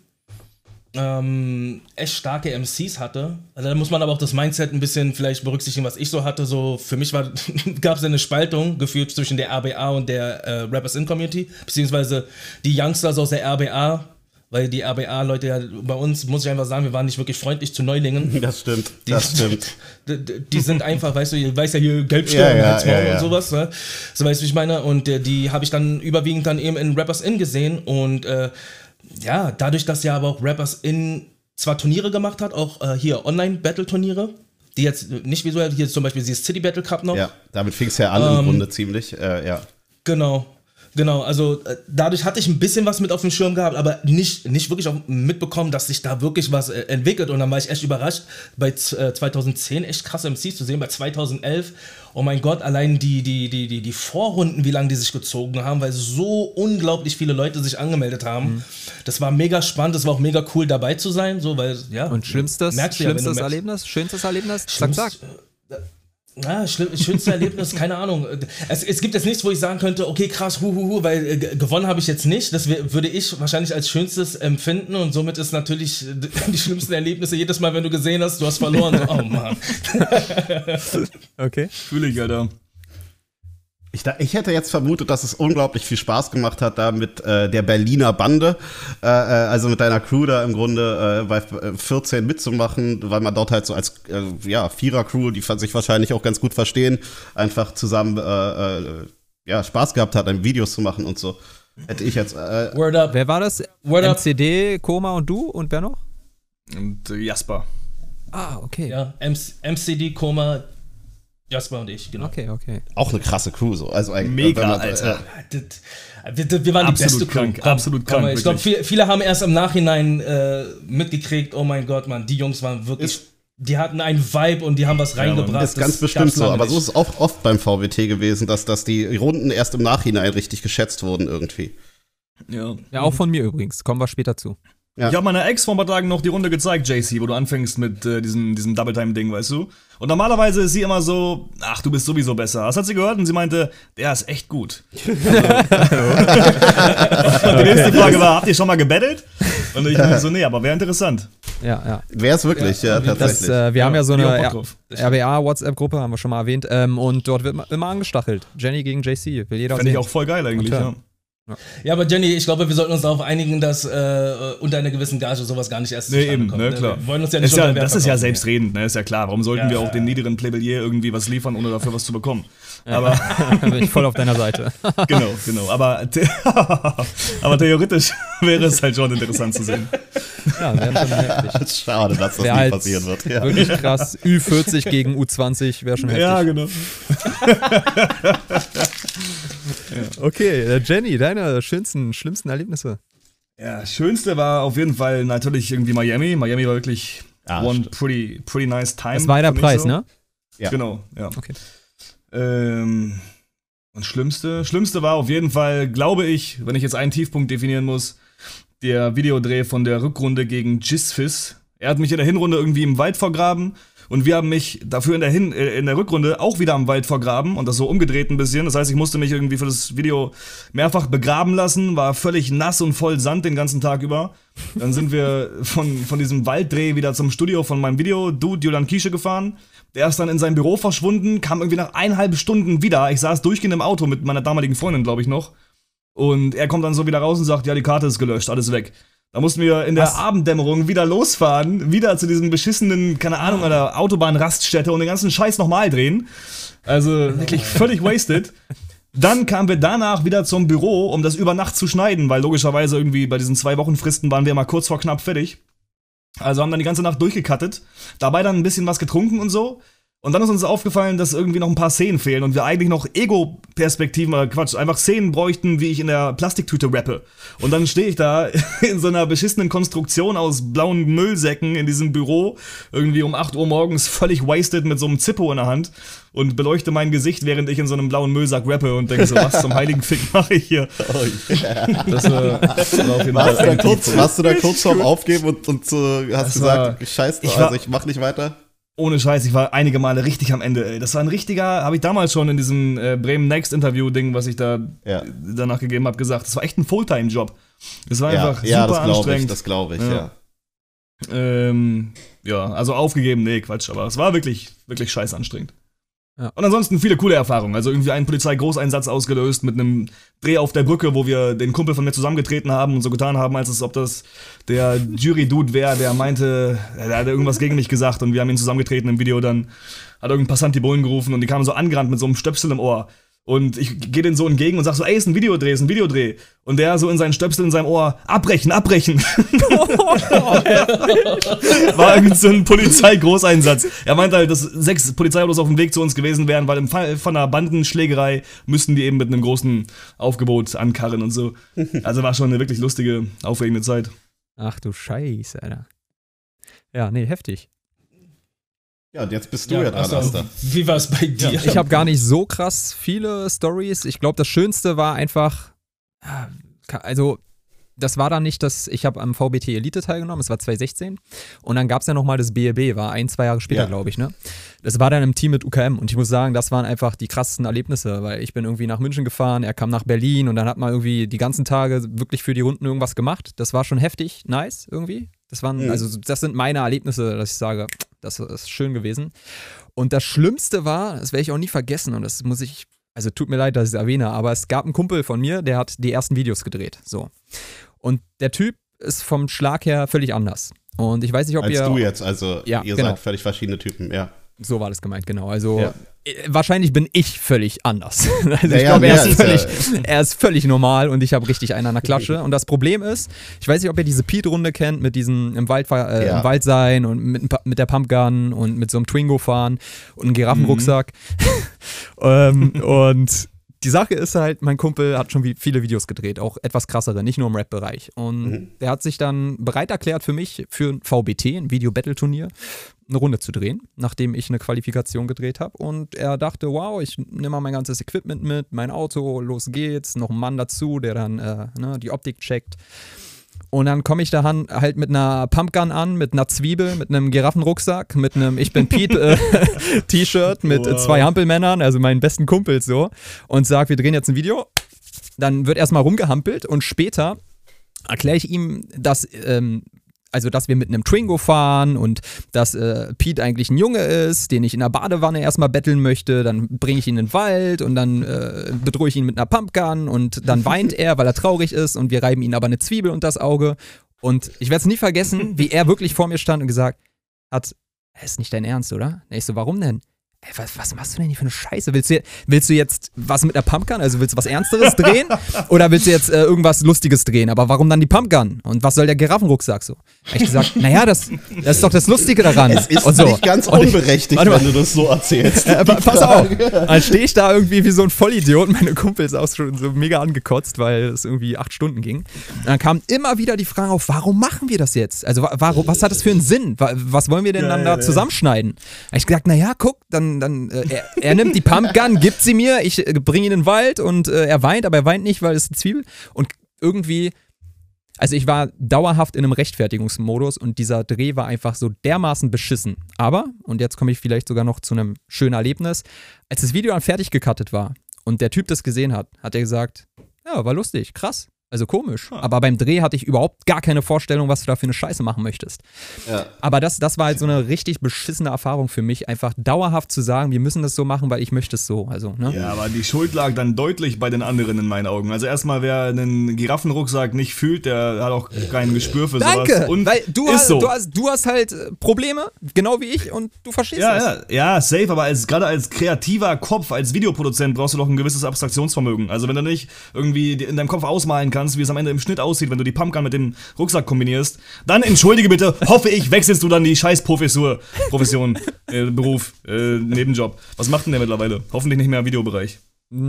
Speaker 1: echt starke MCs hatte. Also da muss man aber auch das Mindset ein bisschen vielleicht berücksichtigen, was ich so hatte. So für mich gab es eine Spaltung gefühlt zwischen der RBA und der Rappers Community, beziehungsweise die Youngsters aus der RBA. Weil die RBA-Leute ja bei uns, muss ich einfach sagen, wir waren nicht wirklich freundlich zu Neulingen.
Speaker 4: Das stimmt.
Speaker 1: Die sind einfach, weißt du hier Gelbstirn und sowas. Ne? So weißt du, wie ich meine. Und die habe ich dann überwiegend dann eben in Rappers gesehen. Und ja, dadurch, dass ja aber auch Rappers zwar Turniere gemacht hat, auch hier Online-Battle-Turniere, die jetzt nicht visuell, hier zum Beispiel dieses City Battle Cup noch.
Speaker 4: Ja, damit fing es ja an im Grunde ziemlich, ja.
Speaker 1: Genau, also dadurch hatte ich ein bisschen was mit auf dem Schirm gehabt, aber nicht wirklich auch mitbekommen, dass sich da wirklich was entwickelt. Und dann war ich echt überrascht, bei 2010 echt krasse MCs zu sehen, bei 2011, oh mein Gott, allein die Vorrunden, wie lange die sich gezogen haben, weil so unglaublich viele Leute sich angemeldet haben. Das war mega spannend, das war auch mega cool dabei zu sein. So, weil, ja,
Speaker 3: und schönstes Erlebnis? Zack.
Speaker 1: Schönste Erlebnis, keine Ahnung. Es gibt jetzt nichts, wo ich sagen könnte, okay, krass, weil gewonnen habe ich jetzt nicht. Das würde ich wahrscheinlich als schönstes empfinden und somit ist natürlich die schlimmsten Erlebnisse jedes Mal, wenn du gesehen hast, du hast verloren. So, oh Mann.
Speaker 3: Okay.
Speaker 2: Fühle ich, Alter.
Speaker 4: Ich hätte jetzt vermutet, dass es unglaublich viel Spaß gemacht hat, da mit der Berliner Bande, also mit deiner Crew da im Grunde bei 14 mitzumachen, weil man dort halt so als Vierer-Crew, die sich wahrscheinlich auch ganz gut verstehen, einfach zusammen Spaß gehabt hat, Videos zu machen und so. Hätte ich jetzt.
Speaker 1: Word up.
Speaker 3: Wer war das?
Speaker 1: Word up.
Speaker 3: MCD, Koma und du und wer noch?
Speaker 2: Und Jasper.
Speaker 3: Ah, okay.
Speaker 1: Ja, MCD, Koma, Jasper und ich, genau.
Speaker 3: Okay.
Speaker 4: Auch eine krasse Crew, so. Also
Speaker 2: Mega, Alter.
Speaker 1: Wir waren die beste Crew.
Speaker 2: Absolut krank.
Speaker 1: Ich glaube, viele haben erst im Nachhinein mitgekriegt, oh mein Gott, Mann, die Jungs waren wirklich, die hatten einen Vibe und die haben was reingebracht.
Speaker 4: Ist ganz bestimmt so, aber so ist es auch oft beim VWT gewesen, dass die Runden erst im Nachhinein richtig geschätzt wurden irgendwie.
Speaker 3: Ja, auch von mir übrigens, kommen wir später zu.
Speaker 4: Ja.
Speaker 2: Ich habe meiner Ex vor ein paar Tagen noch die Runde gezeigt, JC, wo du anfängst mit diesem Double-Time-Ding, weißt du? Und normalerweise ist sie immer so, ach, du bist sowieso besser. Das hat sie gehört und sie meinte, der ist echt gut. Und die nächste Frage war, habt ihr schon mal gebettelt? Und ich meinte so, nee, aber wäre interessant.
Speaker 3: Ja.
Speaker 4: Wäre es wirklich, tatsächlich.
Speaker 3: Wir haben ja so eine
Speaker 2: Bock drauf.
Speaker 3: RBA-WhatsApp-Gruppe, haben wir schon mal erwähnt, und dort wird immer angestachelt. Jenny gegen JC, will jeder
Speaker 2: Fände
Speaker 3: sehen.
Speaker 2: ich auch voll geil eigentlich, ja.
Speaker 1: Ja, aber Jenny, ich glaube, wir sollten uns darauf einigen, dass unter einer gewissen Gage sowas gar nicht erst zustande kommt.
Speaker 2: Ne, klar.
Speaker 1: Wir wollen uns ja nicht unter Wert
Speaker 2: das ist ja
Speaker 1: verkaufen.
Speaker 2: selbstredend, ne, ist ja klar. Warum sollten wir auch den niederen Plebeier irgendwie was liefern, ohne dafür was zu bekommen? Aber
Speaker 3: Da bin ich voll auf deiner Seite.
Speaker 2: genau. Aber theoretisch wäre es halt schon interessant zu sehen.
Speaker 3: Ja, wäre schon heftig.
Speaker 4: Schade, dass das
Speaker 3: Wär
Speaker 4: nie
Speaker 3: halt
Speaker 4: passieren wird. Ja.
Speaker 3: Wirklich krass. Ü40 gegen U20 wäre schon heftig.
Speaker 2: Ja, genau.
Speaker 3: Okay, Jenny, deine schlimmsten Erlebnisse.
Speaker 2: Ja, schönste war auf jeden Fall natürlich irgendwie Miami. Miami war wirklich one pretty nice time.
Speaker 3: Das war der
Speaker 2: für mich
Speaker 3: Preis,
Speaker 2: so.
Speaker 3: ne?
Speaker 4: Ja.
Speaker 2: Genau, ja.
Speaker 3: Okay.
Speaker 2: Und Schlimmste war auf jeden Fall, glaube ich, wenn ich jetzt einen Tiefpunkt definieren muss, der Videodreh von der Rückrunde gegen Jisfis. Er hat mich in der Hinrunde irgendwie im Wald vergraben und wir haben mich dafür in der Rückrunde auch wieder im Wald vergraben und das so umgedreht ein bisschen. Das heißt, ich musste mich irgendwie für das Video mehrfach begraben lassen, war völlig nass und voll Sand den ganzen Tag über. Dann sind wir von diesem Walddreh wieder zum Studio von meinem Video-Dude Julian Kiesche gefahren. Der ist dann in sein Büro verschwunden, kam irgendwie nach 1,5 Stunden wieder. Ich saß durchgehend im Auto mit meiner damaligen Freundin, glaube ich, noch. Und er kommt dann so wieder raus und sagt, ja, die Karte ist gelöscht, alles weg. Da mussten wir in der Abenddämmerung wieder losfahren, wieder zu diesem beschissenen, keine Ahnung, einer Autobahnraststätte und den ganzen Scheiß nochmal drehen. Also wirklich völlig wasted. Dann kamen wir danach wieder zum Büro, um das über Nacht zu schneiden, weil logischerweise irgendwie bei diesen 2 Wochenfristen waren wir mal kurz vor knapp fertig. Also haben dann die ganze Nacht durchgekattet, dabei dann ein bisschen was getrunken und so. Und dann ist uns aufgefallen, dass irgendwie noch ein paar Szenen fehlen und wir eigentlich noch Ego-Perspektiven, einfach Szenen bräuchten, wie ich in der Plastiktüte rappe. Und dann stehe ich da in so einer beschissenen Konstruktion aus blauen Müllsäcken in diesem Büro, irgendwie um 8 Uhr morgens völlig wasted mit so einem Zippo in der Hand und beleuchte mein Gesicht, während ich in so einem blauen Müllsack rappe und denke so, was zum heiligen Fick mache ich hier?
Speaker 4: Oh, yeah.
Speaker 2: Das war auf jeden Fall
Speaker 4: Warst du da kurz vorm Aufgeben und hast gesagt, scheiß drauf, ich mach nicht weiter?
Speaker 2: Ohne Scheiß, ich war einige Male richtig am Ende, ey. Das war ein richtiger, habe ich damals schon in diesem Bremen Next Interview-Ding, was ich da danach gegeben habe, gesagt. Das war echt ein Fulltime-Job. Es war einfach super anstrengend.
Speaker 4: Das glaube ich,
Speaker 2: ja. Also aufgegeben, nee, Quatsch, aber es war wirklich, wirklich scheiß anstrengend.
Speaker 3: Ja.
Speaker 2: Und ansonsten viele coole Erfahrungen. Also irgendwie einen Polizeigroßeinsatz ausgelöst mit einem Dreh auf der Brücke, wo wir den Kumpel von mir zusammengetreten haben und so getan haben, als ob das der Jury-Dude wäre, der meinte, er hat irgendwas gegen mich gesagt und wir haben ihn zusammengetreten im Video. Dann hat irgendein Passant die Bullen gerufen und die kamen so angerannt mit so einem Stöpsel im Ohr. Und ich gehe denen so entgegen und sag so, ey, ist ein Videodreh, ist ein Videodreh. Und der so in seinen Stöpsel in seinem Ohr, abbrechen. War irgendwie so ein Polizeigroßeinsatz. Er meinte halt, dass 6 Polizeiautos auf dem Weg zu uns gewesen wären, weil im Fall von einer Bandenschlägerei müssten die eben mit einem großen Aufgebot ankarren und so. Also war schon eine wirklich lustige, aufregende Zeit.
Speaker 3: Ach du Scheiße, Alter. Ja, nee, heftig.
Speaker 4: Ja, und jetzt bist du ja dran, Asta.
Speaker 1: Wie war es bei dir?
Speaker 3: Ja, ich habe gar nicht so krass viele Stories. Ich glaube, das Schönste war einfach, also das war dann nicht, ich habe am VBT Elite teilgenommen, es war 2016 und dann gab es ja nochmal das BLB, war 1-2 Jahre später, glaube ich, ne? Das war dann im Team mit UKM und ich muss sagen, das waren einfach die krassesten Erlebnisse, weil ich bin irgendwie nach München gefahren, er kam nach Berlin und dann hat man irgendwie die ganzen Tage wirklich für die Runden irgendwas gemacht. Das war schon heftig, nice irgendwie. Das waren, also das sind meine Erlebnisse, dass ich sage, das ist schön gewesen. Und das Schlimmste war, das werde ich auch nie vergessen und das muss ich also tut mir leid, dass ich es erwähne, aber es gab einen Kumpel von mir, der hat die ersten Videos gedreht. So. Und der Typ ist vom Schlag her völlig anders. Und ich weiß nicht, ob
Speaker 4: als
Speaker 3: ihr.
Speaker 4: du jetzt, also
Speaker 3: ja,
Speaker 4: ihr
Speaker 3: genau.
Speaker 4: seid völlig verschiedene Typen, ja.
Speaker 3: So war das gemeint, genau. Also wahrscheinlich bin ich völlig anders. Also
Speaker 4: Ja,
Speaker 3: ich glaube,
Speaker 4: ja,
Speaker 3: er ist völlig normal und ich habe richtig einen an der Klatsche. Und das Problem ist, ich weiß nicht, ob ihr diese Pete-Runde kennt, mit diesem im Wald sein und mit der Pumpgun und mit so einem Twingo fahren und einem Giraffenrucksack. Und die Sache ist halt, mein Kumpel hat schon viele Videos gedreht, auch etwas krassere, nicht nur im Rap-Bereich. Und der hat sich dann bereit erklärt für mich, für ein VBT, ein Video-Battle-Turnier, eine Runde zu drehen, nachdem ich eine Qualifikation gedreht habe. Und er dachte, wow, ich nehme mal mein ganzes Equipment mit, mein Auto, los geht's, noch ein Mann dazu, der dann die Optik checkt. Und dann komme ich da halt mit einer Pumpgun an, mit einer Zwiebel, mit einem Giraffenrucksack, mit einem Ich bin Pete T-Shirt, mit 2 Hampelmännern, also meinen besten Kumpels so, und sag, wir drehen jetzt ein Video. Dann wird erstmal rumgehampelt und später erkläre ich ihm, dass wir mit einem Twingo fahren und dass Pete eigentlich ein Junge ist, den ich in der Badewanne erstmal betteln möchte, dann bringe ich ihn in den Wald und dann bedrohe ich ihn mit einer Pumpgun und dann weint er, weil er traurig ist und wir reiben ihn aber eine Zwiebel unter das Auge und ich werde es nie vergessen, wie er wirklich vor mir stand und gesagt hat, ist nicht dein Ernst, oder? Und ich so, warum denn? Ey, was machst du denn hier für eine Scheiße? Willst du jetzt was mit einer Pumpgun? Also willst du was Ernsteres drehen? Oder willst du jetzt irgendwas Lustiges drehen? Aber warum dann die Pumpgun? Und was soll der Giraffenrucksack so? Hab ich gesagt, naja, das ist doch das Lustige daran.
Speaker 4: Es ist
Speaker 3: und so.
Speaker 4: nicht ganz unberechtigt, wenn du das so erzählst.
Speaker 3: Pass auf, dann stehe ich da irgendwie wie so ein Vollidiot. Meine Kumpel ist auch schon so mega angekotzt, weil es irgendwie 8 Stunden ging. Und dann kamen immer wieder die Fragen auf, warum machen wir das jetzt? Also was hat das für einen Sinn? Was wollen wir denn dann da zusammenschneiden? Hab ich gesagt, naja, guck, er nimmt die Pumpgun, gibt sie mir, ich bringe ihn in den Wald und er weint, aber er weint nicht, weil es eine Zwiebel und irgendwie, also ich war dauerhaft in einem Rechtfertigungsmodus und dieser Dreh war einfach so dermaßen beschissen. Aber, und jetzt komme ich vielleicht sogar noch zu einem schönen Erlebnis, als das Video dann fertig gecuttet war und der Typ das gesehen hat, hat er gesagt, ja, war lustig, krass. Also komisch. Aber beim Dreh hatte ich überhaupt gar keine Vorstellung, was du da für eine Scheiße machen möchtest. Ja. Aber das war halt so eine richtig beschissene Erfahrung für mich, einfach dauerhaft zu sagen, wir müssen das so machen, weil ich möchte es so. Also, ne?
Speaker 2: Ja, aber die Schuld lag dann deutlich bei den anderen in meinen Augen. Also erstmal, wer einen Giraffenrucksack nicht fühlt, der hat auch kein Gespür für sowas.
Speaker 3: Danke,
Speaker 2: und
Speaker 3: weil du
Speaker 2: so.
Speaker 3: hast halt Probleme, genau wie ich, und du verstehst das.
Speaker 2: Ja, safe, aber gerade als kreativer Kopf, als Videoproduzent brauchst du doch ein gewisses Abstraktionsvermögen. Also wenn du nicht irgendwie in deinem Kopf ausmalen kannst, wie es am Ende im Schnitt aussieht, wenn du die Pumpgun mit dem Rucksack kombinierst, dann entschuldige bitte, hoffe ich, wechselst du dann die scheiß Profession, Beruf, Nebenjob. Was macht denn der mittlerweile? Hoffentlich nicht mehr im Videobereich.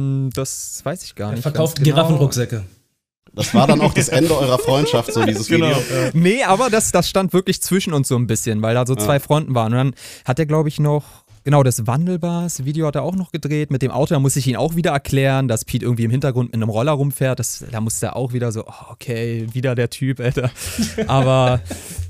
Speaker 3: Das weiß ich gar nicht.
Speaker 1: Er verkauft Giraffenrucksäcke.
Speaker 4: Das war dann auch das Ende eurer Freundschaft, so dieses Video.
Speaker 3: Nee, aber das stand wirklich zwischen uns so ein bisschen, weil da so 2 Fronten waren. Und dann hat er, glaube ich, noch genau, das Wandelbars-Video hat er auch noch gedreht mit dem Auto. Da muss ich ihn auch wieder erklären, dass Pete irgendwie im Hintergrund mit einem Roller rumfährt. Da musste er auch wieder so, okay, wieder der Typ, Alter. Aber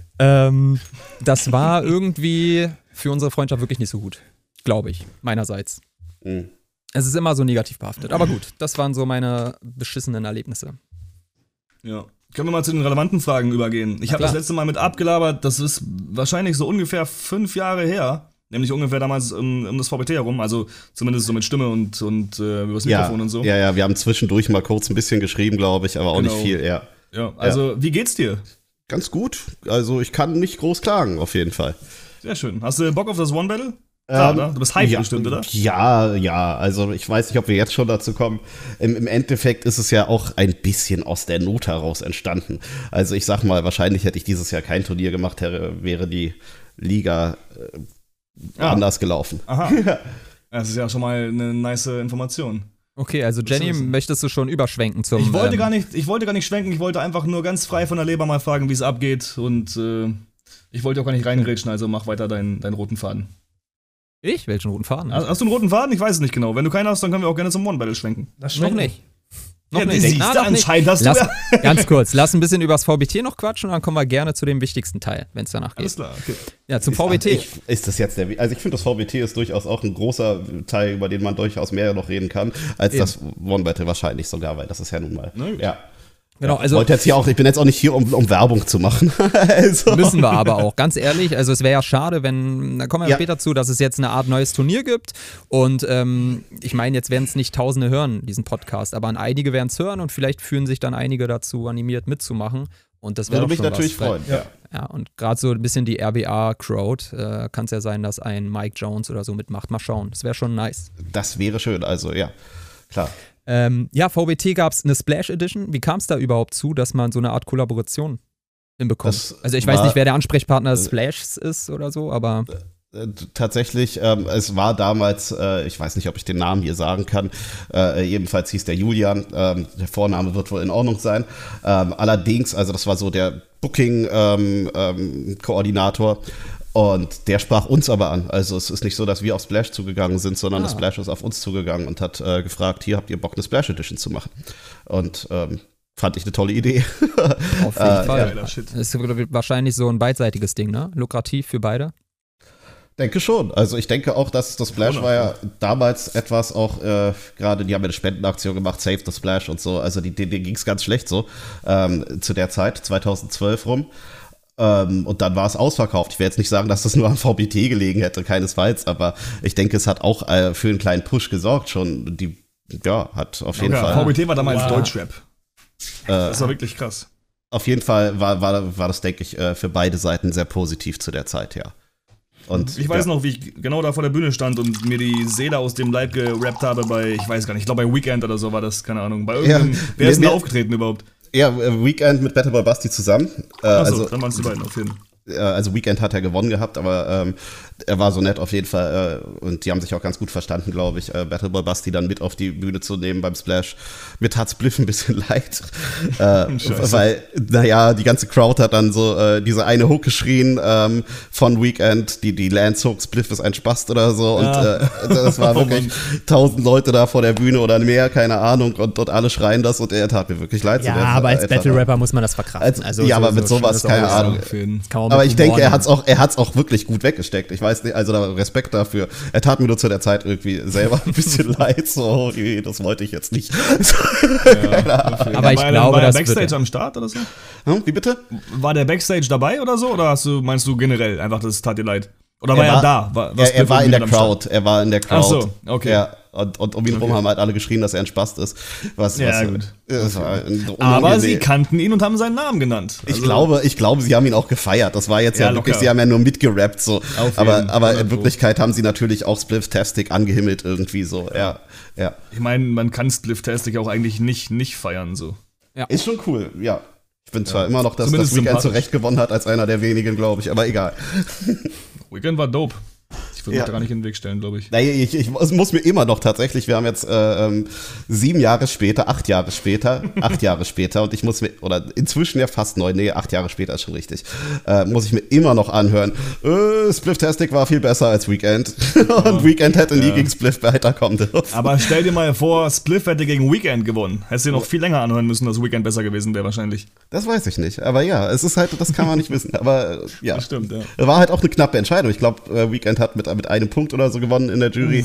Speaker 3: das war irgendwie für unsere Freundschaft wirklich nicht so gut. Glaube ich, meinerseits. Mhm. Es ist immer so negativ behaftet. Aber gut, das waren so meine beschissenen Erlebnisse.
Speaker 2: Ja. Können wir mal zu den relevanten Fragen übergehen? Ich habe das letzte Mal mit abgelabert, das ist wahrscheinlich so ungefähr 5 Jahre her. Nämlich ungefähr damals um das VBT herum, also zumindest so mit Stimme und übers Mikrofon und so.
Speaker 4: Ja, wir haben zwischendurch mal kurz ein bisschen geschrieben, glaube ich, aber auch nicht viel, ja.
Speaker 2: Ja, also wie geht's dir?
Speaker 4: Ganz gut, also ich kann nicht groß klagen, auf jeden Fall.
Speaker 2: Sehr schön. Hast du Bock auf das One-Battle? Klar, oder? Du bist hyped bestimmt, oder?
Speaker 4: Ja, also ich weiß nicht, ob wir jetzt schon dazu kommen. Im Endeffekt ist es ja auch ein bisschen aus der Not heraus entstanden. Also ich sag mal, wahrscheinlich hätte ich dieses Jahr kein Turnier gemacht, wäre die Liga anders gelaufen.
Speaker 2: Aha. Das ist ja schon mal eine nice Information.
Speaker 3: Okay, also Jenny, möchtest du schon überschwenken zum...
Speaker 2: Ich wollte gar nicht schwenken, ich wollte einfach nur ganz frei von der Leber mal fragen, wie es abgeht und ich wollte auch gar nicht reingrätschen, also mach weiter deinen roten Faden.
Speaker 3: Ich? Welchen roten Faden?
Speaker 2: Hast du einen roten Faden? Ich weiß es nicht genau. Wenn du keinen hast, dann können wir auch gerne zum One-Battle schwenken.
Speaker 3: Noch nicht.
Speaker 2: Noch nicht. Siehst du, anscheinend hast du
Speaker 3: Ganz kurz, lass ein bisschen über das VBT noch quatschen und dann kommen wir gerne zu dem wichtigsten Teil, wenn es danach geht.
Speaker 2: Alles klar, okay.
Speaker 3: Ja, zum VBT.
Speaker 4: Ist das jetzt also ich finde, das VBT ist durchaus auch ein großer Teil, über den man durchaus mehr noch reden kann, als das One-Battle wahrscheinlich sogar, weil das ist ja nun mal. Ja.
Speaker 3: Genau, also
Speaker 4: ich bin jetzt auch nicht hier, um Werbung zu machen. Also.
Speaker 3: Müssen wir aber auch, ganz ehrlich. Also es wäre ja schade, da kommen wir später zu, dass es jetzt eine Art neues Turnier gibt. Und ich meine, jetzt werden es nicht Tausende hören, diesen Podcast, aber einige werden es hören und vielleicht fühlen sich dann einige dazu animiert mitzumachen. Und das wäre
Speaker 4: Würde mich
Speaker 3: schon
Speaker 4: natürlich freuen.
Speaker 3: Ja, und gerade so ein bisschen die RBA-Crowd, kann es ja sein, dass ein Mike Jones oder so mitmacht. Mal schauen, das wäre schon nice.
Speaker 4: Das wäre schön, also ja, klar.
Speaker 3: VBT gab es eine Splash Edition. Wie kam es da überhaupt zu, dass man so eine Art Kollaboration hinbekommt? Also ich weiß nicht, wer der Ansprechpartner des Splashs ist oder so, aber...
Speaker 4: Tatsächlich, es war damals, ich weiß nicht, ob ich den Namen hier sagen kann, jedenfalls hieß der Julian, der Vorname wird wohl in Ordnung sein. Allerdings, also das war so der Booking-Koordinator. Und der sprach uns aber an. Also es ist nicht so, dass wir auf Splash zugegangen sind, sondern das Splash ist auf uns zugegangen und hat gefragt, hier habt ihr Bock, eine Splash Edition zu machen. Und fand ich eine tolle Idee.
Speaker 3: Auf jeden Fall. Das ist wahrscheinlich so ein beidseitiges Ding, ne? Lukrativ für beide.
Speaker 4: Denke schon. Also ich denke auch, dass das Splash war ja damals etwas auch, gerade die haben ja eine Spendenaktion gemacht, Save the Splash und so. Also denen ging es ganz schlecht so zu der Zeit, 2012 rum. Und dann war es ausverkauft. Ich will jetzt nicht sagen, dass das nur am VBT gelegen hätte, keinesfalls, aber ich denke, es hat auch für einen kleinen Push gesorgt schon. Hat auf jeden Fall.
Speaker 2: VBT war damals Deutschrap. Das war wirklich krass.
Speaker 4: Auf jeden Fall war das, denke ich, für beide Seiten sehr positiv zu der Zeit, ja. Und
Speaker 2: ich weiß noch, wie ich genau da vor der Bühne stand und mir die Seele aus dem Leib gerappt habe ich weiß gar nicht, ich glaube bei Weekend oder so war das, keine Ahnung, bei irgendeinem, wer ist denn da aufgetreten überhaupt?
Speaker 4: Ja, Weekend mit Battleboy Basti zusammen.
Speaker 2: Achso, dann waren es die beiden auf jeden Fall.
Speaker 4: Also Weekend hat er gewonnen gehabt, aber er war so nett auf jeden Fall und die haben sich auch ganz gut verstanden, glaube ich, Battleboy Basti dann mit auf die Bühne zu nehmen beim Splash. Mir tat's Spliff ein bisschen leid, weil, naja, die ganze Crowd hat dann so diese eine Hook geschrien von Weekend, die Lance Hook, Spliff ist ein Spast oder so und das war wirklich 1000 Leute da vor der Bühne oder mehr, keine Ahnung und dort alle schreien das und er tat mir wirklich leid.
Speaker 5: Ja, aber als Battle-Rapper muss man das verkraften.
Speaker 4: Aber mit sowas, keine Ahnung. Aber ich denke, er hat's auch wirklich gut weggesteckt. Ich weiß nicht, also da Respekt dafür. Er tat mir nur zu der Zeit irgendwie selber ein bisschen leid. So, das wollte ich jetzt nicht.
Speaker 3: Aber ich glaube,
Speaker 2: war
Speaker 3: das
Speaker 2: der Backstage am Start oder so?
Speaker 4: Wie bitte?
Speaker 2: War der Backstage dabei oder so? Oder meinst du generell einfach, das tat dir leid? Oder war er da?
Speaker 4: Er war in der Crowd. Er war in der Crowd.
Speaker 2: Ach so, okay.
Speaker 4: Ja, und um ihn rum haben halt alle geschrien, dass er ein Spast ist.
Speaker 2: Gut.
Speaker 4: Das war
Speaker 2: aber sie kannten ihn und haben seinen Namen genannt.
Speaker 4: Also ich glaube, sie haben ihn auch gefeiert. Das war jetzt ja wirklich, sie haben ja nur mitgerappt so. Aber in Wirklichkeit haben sie natürlich auch Spliff-Tastic angehimmelt irgendwie so. Ja.
Speaker 2: Ich meine, man kann Spliff-Tastic auch eigentlich nicht feiern so.
Speaker 3: Ja.
Speaker 4: Ist schon cool, ja. Ich bin zwar immer noch, dass das Weekend zurecht gewonnen hat als einer der wenigen, glaube ich, aber egal.
Speaker 2: Weekend war dope. Ich würde mich da gar nicht in den Weg stellen, glaube ich.
Speaker 4: Nee, ich muss mir immer noch tatsächlich, wir haben jetzt 7 Jahre später, 8 Jahre später und ich muss mir, oder inzwischen ja fast 8 Jahre später ist schon richtig, muss ich mir immer noch anhören, Spliff-Tastic war viel besser als Weekend und Weekend hätte nie gegen Spliff weiterkommen dürfen.
Speaker 2: Aber stell dir mal vor, Spliff hätte gegen Weekend gewonnen. Hättest du dir noch viel länger anhören müssen, dass Weekend besser gewesen wäre wahrscheinlich.
Speaker 4: Das weiß ich nicht, aber ja, es ist halt, das kann man nicht wissen, aber ja.
Speaker 2: Das stimmt, ja.
Speaker 4: War halt auch eine knappe Entscheidung. Ich glaube, Weekend hat mit einem Punkt oder so gewonnen in der Jury.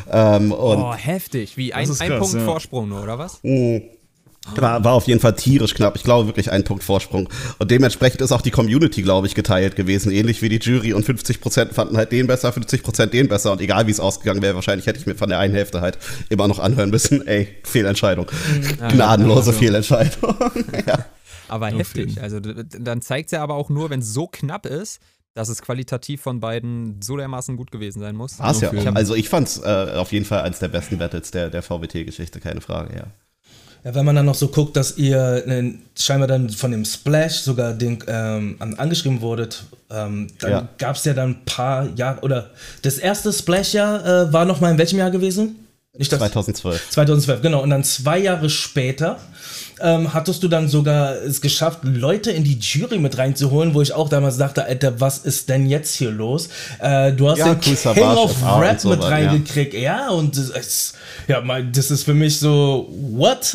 Speaker 3: Heftig. Wie ein
Speaker 2: krass,
Speaker 3: Punkt Vorsprung nur, oder was?
Speaker 4: War auf jeden Fall tierisch knapp. Ich glaube wirklich ein Punkt Vorsprung. Und dementsprechend ist auch die Community, glaube ich, geteilt gewesen. Ähnlich wie die Jury. Und 50% fanden halt den besser, 50% den besser. Und egal wie es ausgegangen wäre, wahrscheinlich hätte ich mir von der einen Hälfte halt immer noch anhören müssen. Ey, Fehlentscheidung. Gnadenlose Fehlentscheidung. Ja.
Speaker 3: Aber heftig. Also dann zeigt es ja aber auch nur, wenn es so knapp ist, dass es qualitativ von beiden so dermaßen gut gewesen sein muss.
Speaker 4: War's ja auch. Also ich fand's auf jeden Fall eines der besten Battles der VBT-Geschichte, keine Frage, ja.
Speaker 1: Ja, wenn man dann noch so guckt, dass ihr scheinbar dann von dem Splash sogar angeschrieben wurdet, dann gab es ja dann ein paar Jahre, oder das erste Splash-Jahr war nochmal in welchem Jahr gewesen?
Speaker 4: 2012.
Speaker 1: 2012, genau. Und dann 2 Jahre später hattest du dann sogar es geschafft, Leute in die Jury mit reinzuholen, wo ich auch damals dachte, Alter, was ist denn jetzt hier los? Du hast den King of Rap mit reingekriegt. Ja, und das ist für mich so, what?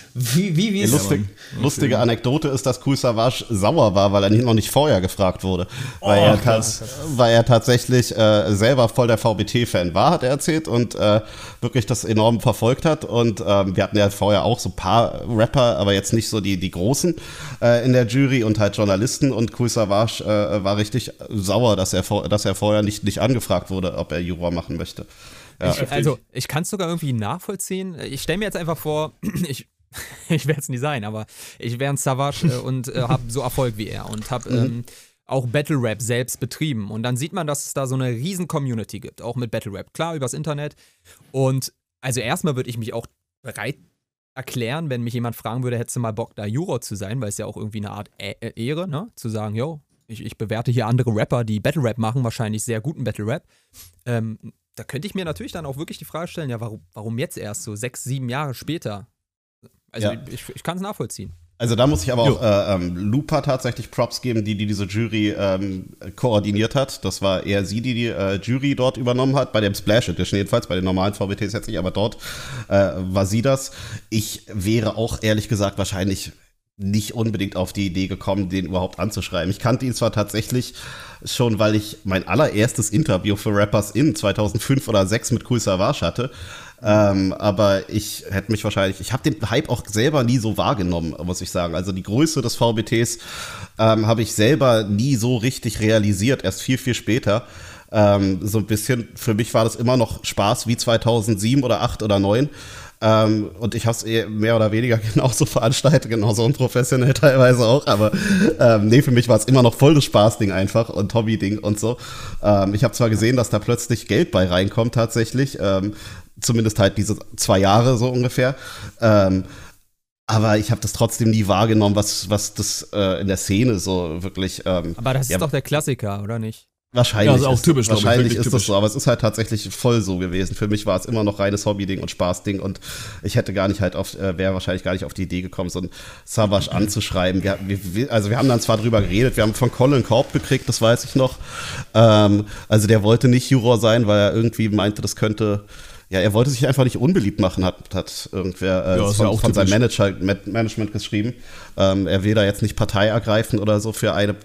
Speaker 1: Wie ist
Speaker 4: Lustige Anekdote ist, dass Kool Savas sauer war, weil er noch nicht vorher gefragt wurde. Weil er tatsächlich selber voll der VBT-Fan war, hat er erzählt, und wirklich das enorm verfolgt hat. Und wir hatten ja vorher auch so ein paar Rapper, aber jetzt nicht so die großen in der Jury und halt Journalisten. Und Kool Savas war richtig sauer, dass er vorher nicht angefragt wurde, ob er Juror machen möchte. Ja.
Speaker 3: Ich kann es sogar irgendwie nachvollziehen. Ich stelle mir jetzt einfach vor, ich werde es nie sein, aber ich wäre ein Savage und habe so Erfolg wie er und habe auch Battle Rap selbst betrieben. Und dann sieht man, dass es da so eine riesen Community gibt, auch mit Battle Rap. Klar, übers Internet. Und also erstmal würde ich mich auch bereit erklären, wenn mich jemand fragen würde, hättest du mal Bock, da Juror zu sein, weil es ja auch irgendwie eine Art Ehre, ne? Zu sagen, yo, ich bewerte hier andere Rapper, die Battle Rap machen, wahrscheinlich sehr guten Battle Rap. Da könnte ich mir natürlich dann auch wirklich die Frage stellen, ja, warum jetzt erst so 6, 7 Jahre später? Also ja. Ich kann es nachvollziehen.
Speaker 4: Also da muss ich aber auch Lupa tatsächlich Props geben, die diese Jury koordiniert hat. Das war eher sie, die Jury dort übernommen hat, bei dem Splash Edition jedenfalls, bei den normalen VBTs jetzt nicht, aber dort war sie das. Ich wäre auch ehrlich gesagt wahrscheinlich nicht unbedingt auf die Idee gekommen, den überhaupt anzuschreiben. Ich kannte ihn zwar tatsächlich schon, weil ich mein allererstes Interview für Rappers in 2005 oder 2006 mit Kool Savas hatte. Aber ich habe den Hype auch selber nie so wahrgenommen, muss ich sagen. Also die Größe des VBTs habe ich selber nie so richtig realisiert, erst viel, viel später. So ein bisschen, für mich war das immer noch Spaß wie 2007 oder 2008 oder 2009. Und ich habe es mehr oder weniger genauso veranstaltet, genauso unprofessionell teilweise auch, aber für mich war es immer noch voll das Spaßding einfach und Hobby-Ding und so. Ich habe zwar gesehen, dass da plötzlich Geld bei reinkommt tatsächlich, zumindest halt diese 2 Jahre so ungefähr, aber ich habe das trotzdem nie wahrgenommen, was das in der Szene so wirklich.
Speaker 3: Aber das ist doch der Klassiker, oder nicht?
Speaker 4: Wahrscheinlich,
Speaker 2: ja, also auch typisch,
Speaker 4: wahrscheinlich ist das so, aber es ist halt tatsächlich voll so gewesen. Für mich war es immer noch reines Hobby-Ding und Spaß-Ding und ich hätte wäre wahrscheinlich gar nicht auf die Idee gekommen, so einen Savage anzuschreiben. Wir haben dann zwar drüber geredet, wir haben von Colin Korb gekriegt, das weiß ich noch. Also der wollte nicht Juror sein, weil er irgendwie meinte, das könnte. Ja, er wollte sich einfach nicht unbeliebt machen, hat irgendwer von seinem Management geschrieben. Er will da jetzt nicht Partei ergreifen oder so für einen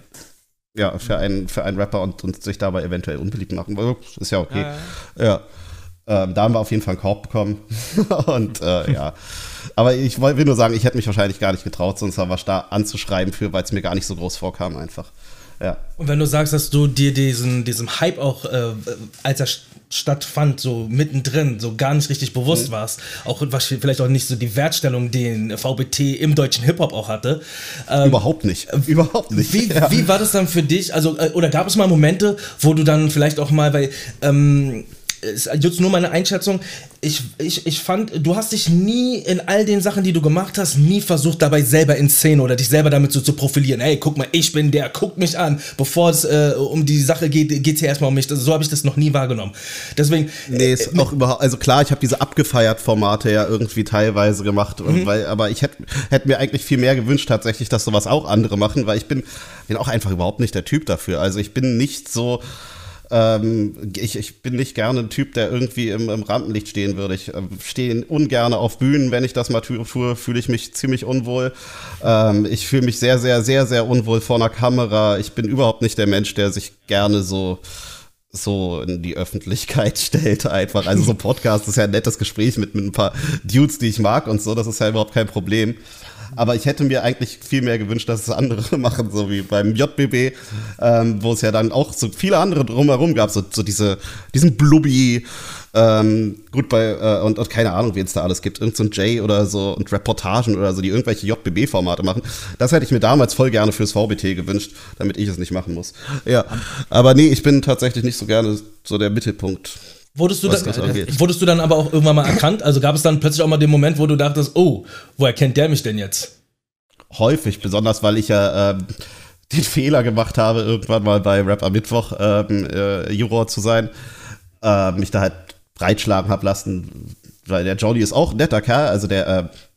Speaker 4: Rapper und sich dabei eventuell unbeliebt machen. Ist ja okay. Ja. Da haben wir auf jeden Fall einen Korb bekommen. Und ja. Aber ich will nur sagen, ich hätte mich wahrscheinlich gar nicht getraut, sonst was da anzuschreiben weil es mir gar nicht so groß vorkam einfach. Ja.
Speaker 1: Und wenn du sagst, dass du dir diesem Hype auch, als er stattfand, so mittendrin, so gar nicht richtig bewusst warst, auch vielleicht auch nicht so die Wertstellung, den VBT im deutschen Hip-Hop auch hatte.
Speaker 4: Überhaupt nicht. Überhaupt nicht.
Speaker 1: Wie war das dann für dich? Also, oder gab es mal Momente, wo du dann vielleicht auch mal, weil jetzt nur meine Einschätzung, ich fand, du hast dich nie in all den Sachen, die du gemacht hast, nie versucht, dabei selber in Szene oder dich selber damit so zu profilieren. Hey, guck mal, ich bin der, guck mich an. Bevor es um die Sache geht es ja erstmal um mich. So habe ich das noch nie wahrgenommen. Deswegen.
Speaker 4: Nee, ist auch überhaupt, also klar, ich habe diese abgefeiert Formate ja irgendwie teilweise gemacht, aber ich hätte mir eigentlich viel mehr gewünscht tatsächlich, dass sowas auch andere machen, weil ich bin auch einfach überhaupt nicht der Typ dafür. Also ich bin nicht so. Ich bin nicht gerne ein Typ, der irgendwie im Rampenlicht stehen würde. Ich stehe ungern auf Bühnen. Wenn ich das mal tue, fühle ich mich ziemlich unwohl. Ich fühle mich sehr, sehr, sehr, sehr unwohl vor einer Kamera. Ich bin überhaupt nicht der Mensch, der sich gerne so in die Öffentlichkeit stellt einfach. Also so ein Podcast ist ja ein nettes Gespräch mit ein paar Dudes, die ich mag und so. Das ist ja überhaupt kein Problem. Aber ich hätte mir eigentlich viel mehr gewünscht, dass es andere machen, so wie beim JBB, wo es ja dann auch so viele andere drumherum gab, so diesen Blubbi, und keine Ahnung, wen es da alles gibt, irgend so ein Jay oder so und Reportagen oder so, die irgendwelche JBB-Formate machen. Das hätte ich mir damals voll gerne fürs VBT gewünscht, damit ich es nicht machen muss. Ja, aber nee, ich bin tatsächlich nicht so gerne so der Mittelpunkt.
Speaker 1: Wurdest du dann aber auch irgendwann mal erkannt? Also gab es dann plötzlich auch mal den Moment, wo du dachtest, oh, woher kennt der mich denn jetzt?
Speaker 4: Häufig, besonders weil ich ja den Fehler gemacht habe, irgendwann mal bei Rap am Mittwoch Juror zu sein, mich da halt breitschlagen habe lassen, weil der Johnny ist auch ein netter Kerl, also der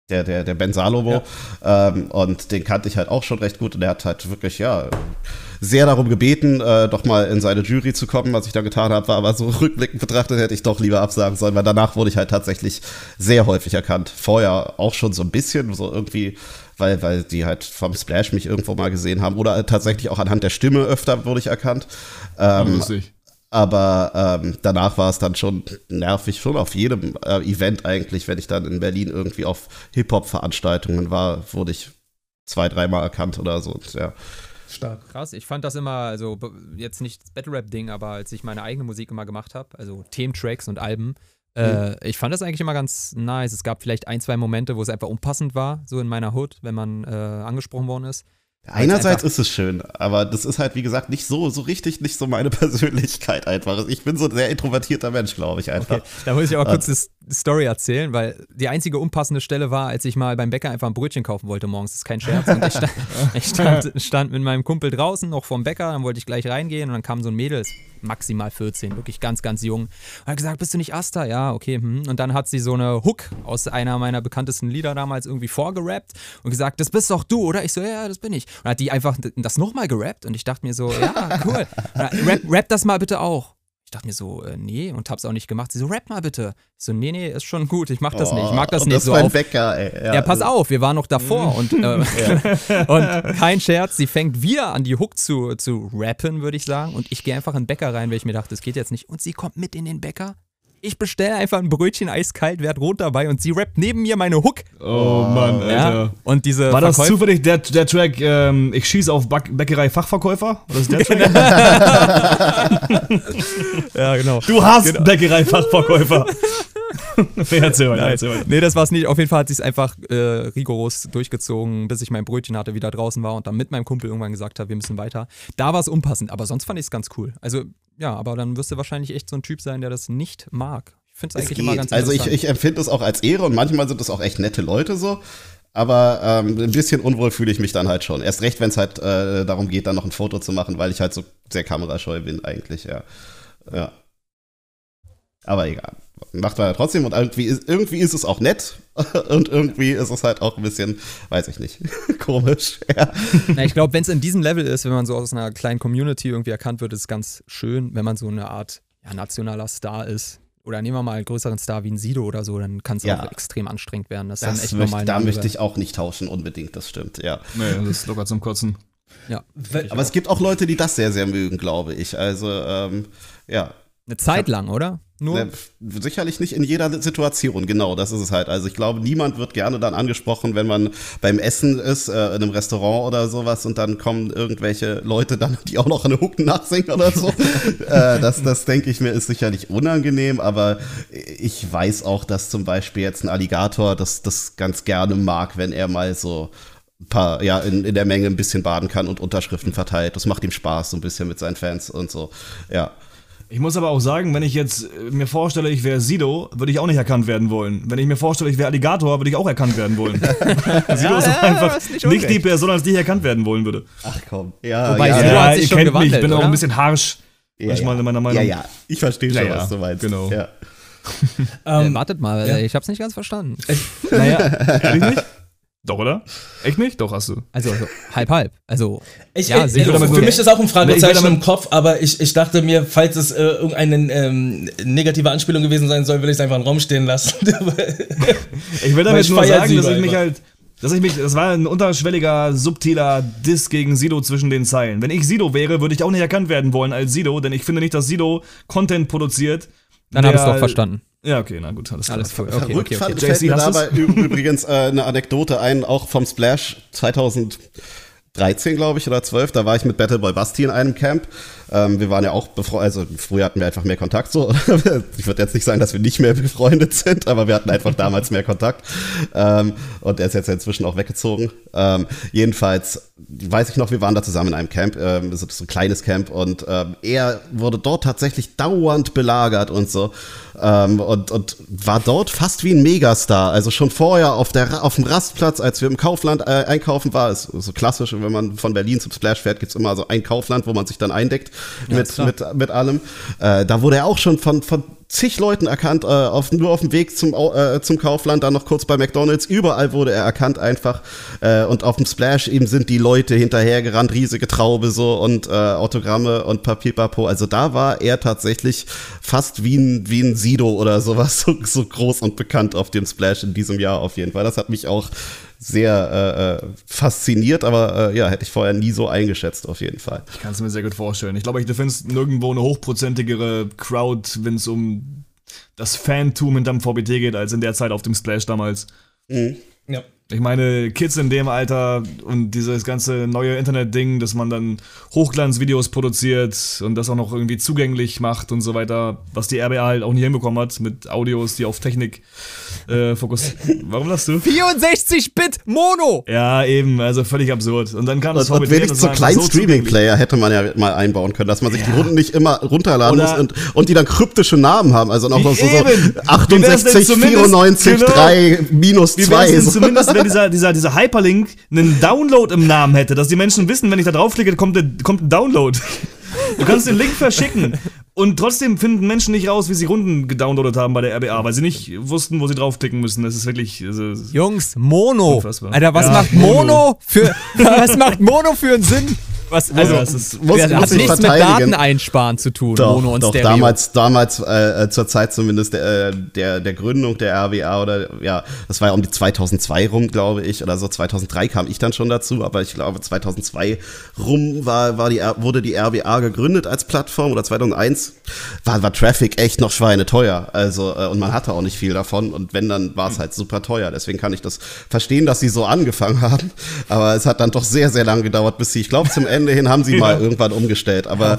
Speaker 4: der Ben Salomo. Und den kannte ich halt auch schon recht gut. Und der hat halt wirklich, sehr darum gebeten, doch mal in seine Jury zu kommen. Was ich da getan habe, war aber so rückblickend betrachtet, hätte ich doch lieber absagen sollen, weil danach wurde ich halt tatsächlich sehr häufig erkannt. Vorher auch schon so ein bisschen, so irgendwie, weil die halt vom Splash mich irgendwo mal gesehen haben. Oder tatsächlich auch anhand der Stimme öfter wurde ich erkannt.
Speaker 2: Lustig.
Speaker 4: Aber danach war es dann schon nervig, schon auf jedem Event eigentlich, wenn ich dann in Berlin irgendwie auf Hip-Hop-Veranstaltungen war, wurde ich 2-3 Mal erkannt oder so. Und, ja.
Speaker 1: Stark.
Speaker 3: Krass, ich fand das immer, also jetzt nicht das Battle-Rap-Ding, aber als ich meine eigene Musik immer gemacht habe, also Thementracks und Alben, ich fand das eigentlich immer ganz nice. Es gab vielleicht 1-2 Momente, wo es einfach unpassend war, so in meiner Hood, wenn man angesprochen worden ist.
Speaker 4: Einerseits ist es schön, aber das ist halt, wie gesagt, nicht so richtig, nicht so meine Persönlichkeit einfach. Ich bin so ein sehr introvertierter Mensch, glaube ich einfach.
Speaker 3: Okay, da muss ich aber kurz eine Story erzählen, weil die einzige unpassende Stelle war, als ich mal beim Bäcker einfach ein Brötchen kaufen wollte morgens. Das ist kein Scherz. Und ich stand mit meinem Kumpel draußen, noch vorm Bäcker, dann wollte ich gleich reingehen und dann kam so ein Mädel, maximal 14, wirklich ganz, ganz jung. Und hat gesagt, bist du nicht Asta? Ja, okay. Und dann hat sie so eine Hook aus einer meiner bekanntesten Lieder damals irgendwie vorgerappt und gesagt, das bist doch du, oder? Ich so, ja, das bin ich. Und dann hat die einfach das nochmal gerappt und ich dachte mir so, ja, cool. Rap das mal bitte auch. Ich dachte mir so, nee, und hab's auch nicht gemacht. Sie so, rap mal bitte. Ich so, nee, ist schon gut, ich mach das nicht. Ich mag das nicht
Speaker 4: das
Speaker 3: so
Speaker 4: auf. Bäcker, ey.
Speaker 3: Ja, pass auf, wir waren noch davor und kein Scherz, sie fängt wieder an die Hook zu rappen, würde ich sagen. Und ich gehe einfach in den Bäcker rein, weil ich mir dachte, das geht jetzt nicht. Und sie kommt mit in den Bäcker. Ich bestelle einfach ein Brötchen eiskalt, werd rot dabei und sie rappt neben mir meine Hook.
Speaker 2: Oh Mann, Alter.
Speaker 3: Ja, und diese
Speaker 2: war das zufällig der Track, ich schieße auf Bäckerei-Fachverkäufer? Oder ist der Track?
Speaker 3: Ja, genau.
Speaker 2: Du hast Bäckerei-Fachverkäufer. Erzähl mal.
Speaker 3: Nee, das war's nicht. Auf jeden Fall hat sie es einfach rigoros durchgezogen, bis ich mein Brötchen hatte, wieder draußen war und dann mit meinem Kumpel irgendwann gesagt habe, wir müssen weiter. Da war es unpassend, aber sonst fand ich es ganz cool. Also, ja, aber dann wirst du wahrscheinlich echt so ein Typ sein, der das nicht mag. Ich finde es eigentlich immer ganz interessant.
Speaker 4: Also ich empfinde es auch als Ehre und manchmal sind es auch echt nette Leute so. Aber ein bisschen unwohl fühle ich mich dann halt schon. Erst recht, wenn es halt darum geht, dann noch ein Foto zu machen, weil ich halt so sehr kamerascheu bin eigentlich, ja. Aber egal. Macht man ja trotzdem und irgendwie ist es auch nett und irgendwie ist es halt auch ein bisschen, weiß ich nicht, komisch. Ja.
Speaker 3: Na, ich glaube, wenn es in diesem Level ist, wenn man so aus einer kleinen Community irgendwie erkannt wird, ist es ganz schön, wenn man so eine Art nationaler Star ist. Oder nehmen wir mal einen größeren Star wie ein Sido oder so, dann kann es auch extrem anstrengend werden. Das ist dann echt normal.
Speaker 4: Da möchte ich auch nicht tauschen unbedingt, das stimmt, ja.
Speaker 2: Nee, das ist locker zum Kotzen.
Speaker 3: Ja.
Speaker 4: Aber es gibt auch Leute, die das sehr, sehr mögen, glaube ich. Also, ja.
Speaker 3: Eine Zeit lang, oder? Nur?
Speaker 4: Sicherlich nicht in jeder Situation, genau, das ist es halt. Also ich glaube, niemand wird gerne dann angesprochen, wenn man beim Essen ist, in einem Restaurant oder sowas und dann kommen irgendwelche Leute dann, die auch noch eine Hook nachsingen oder so. Das denke ich mir, ist sicherlich unangenehm, aber ich weiß auch, dass zum Beispiel jetzt ein Alligator das ganz gerne mag, wenn er mal so ein paar, in der Menge ein bisschen baden kann und Unterschriften verteilt. Das macht ihm Spaß, so ein bisschen mit seinen Fans und so, ja.
Speaker 2: Ich muss aber auch sagen, wenn ich jetzt mir vorstelle, ich wäre Sido, würde ich auch nicht erkannt werden wollen. Wenn ich mir vorstelle, ich wäre Alligator, würde ich auch erkannt werden wollen. Sido ist einfach nicht die Person, als die ich erkannt werden wollen würde.
Speaker 4: Ach komm. Ja,
Speaker 3: wobei Sido hat sich
Speaker 2: ihr
Speaker 3: schon
Speaker 2: kennt
Speaker 3: gewandelt,
Speaker 2: mich, ich bin
Speaker 3: oder?
Speaker 2: auch ein bisschen harsch. Manchmal in meiner Meinung.
Speaker 4: Ja, ich verstehe schon, was du meinst.
Speaker 2: Genau.
Speaker 4: Ja.
Speaker 3: Wartet mal, ich hab's nicht ganz verstanden.
Speaker 2: Ehrlich nicht? Doch, oder? Echt nicht? Doch, hast du.
Speaker 3: Also halb. Also,
Speaker 1: für mich ist auch ein Fragezeichen im Kopf, aber ich dachte mir, falls es irgendeine negative Anspielung gewesen sein soll, will ich es einfach in den Raum stehen lassen.
Speaker 2: Ich will damit nur sagen, das war ein unterschwelliger, subtiler Diss gegen Sido zwischen den Zeilen. Wenn ich Sido wäre, würde ich auch nicht erkannt werden wollen als Sido, denn ich finde nicht, dass Sido Content produziert.
Speaker 3: Dann habe ich es doch verstanden.
Speaker 2: Ja, okay, na gut, alles klar.
Speaker 3: Alles cool.
Speaker 4: Okay. Fällt mir dabei übrigens eine Anekdote ein, auch vom Splash 2013, glaube ich, oder 12, da war ich mit Battleboy Basti in einem Camp. Wir waren ja auch also früher hatten wir einfach mehr Kontakt so. Ich würde jetzt nicht sagen, dass wir nicht mehr befreundet sind, aber wir hatten einfach damals mehr Kontakt. Und er ist jetzt inzwischen auch weggezogen. Jedenfalls weiß ich noch, wir waren da zusammen in einem Camp, so ein kleines Camp und er wurde dort tatsächlich dauernd belagert und so. Und war dort fast wie ein Megastar. Also schon vorher auf dem Rastplatz, als wir im Kaufland einkaufen waren, ist so klassisch, wenn man von Berlin zum Splash fährt, gibt's immer so ein Kaufland, wo man sich dann eindeckt mit allem. Da wurde er auch schon von zig Leuten erkannt, nur auf dem Weg zum Kaufland, dann noch kurz bei McDonald's, überall wurde er erkannt einfach und auf dem Splash eben sind die Leute hinterhergerannt, riesige Traube so und Autogramme und Papierpapo, also da war er tatsächlich fast wie ein Sido oder sowas, so groß und bekannt auf dem Splash in diesem Jahr auf jeden Fall, das hat mich auch sehr fasziniert, aber hätte ich vorher nie so eingeschätzt auf jeden Fall.
Speaker 2: Ich kann es mir sehr gut vorstellen. Ich glaube, du findest nirgendwo eine hochprozentigere Crowd, wenn es um das Fantum hinterm VBT geht, als in der Zeit auf dem Splash damals.
Speaker 4: Mhm.
Speaker 1: Ja.
Speaker 2: Ich meine, Kids in dem Alter und dieses ganze neue Internet-Ding, dass man dann Hochglanzvideos produziert und das auch noch irgendwie zugänglich macht und so weiter, was die RBA halt auch nie hinbekommen hat, mit Audios, die auf Technik fokussieren. Warum lachst du?
Speaker 5: 64-Bit Mono!
Speaker 2: Ja, eben, also völlig absurd. Und dann kam das VBT.
Speaker 4: Und wenigstens so kleinen Streaming-Player hätte man ja mal einbauen können, dass man sich die Runden nicht immer runterladen muss und die dann kryptische Namen haben, also noch so 68, 94, genau. 3, minus 2.
Speaker 2: Zumindest wenn dieser Hyperlink einen Download im Namen hätte, dass die Menschen wissen, wenn ich da draufklicke, kommt ein Download. Du kannst den Link verschicken und trotzdem finden Menschen nicht raus, wie sie Runden gedownloadet haben bei der RBA, weil sie nicht wussten, wo sie draufklicken müssen. Das ist wirklich...
Speaker 5: Jungs, Mono!
Speaker 2: Unfassbar.
Speaker 5: Alter, was macht Mono für einen Sinn? Was, also,
Speaker 4: das
Speaker 5: hat nichts mit Daten einsparen zu tun, Mono und Stereo.
Speaker 4: Damals zur Zeit zumindest der Gründung der RBA oder ja, das war ja um die 2002 rum, glaube ich, oder so 2003 kam ich dann schon dazu, aber ich glaube 2002 rum wurde die RBA gegründet als Plattform oder 2001 war Traffic echt noch schweineteuer, also und man hatte auch nicht viel davon und wenn, dann war es halt super teuer, deswegen kann ich das verstehen, dass sie so angefangen haben, aber es hat dann doch sehr, sehr lange gedauert, bis sie, ich glaube zum Ende hin haben sie mal irgendwann umgestellt, aber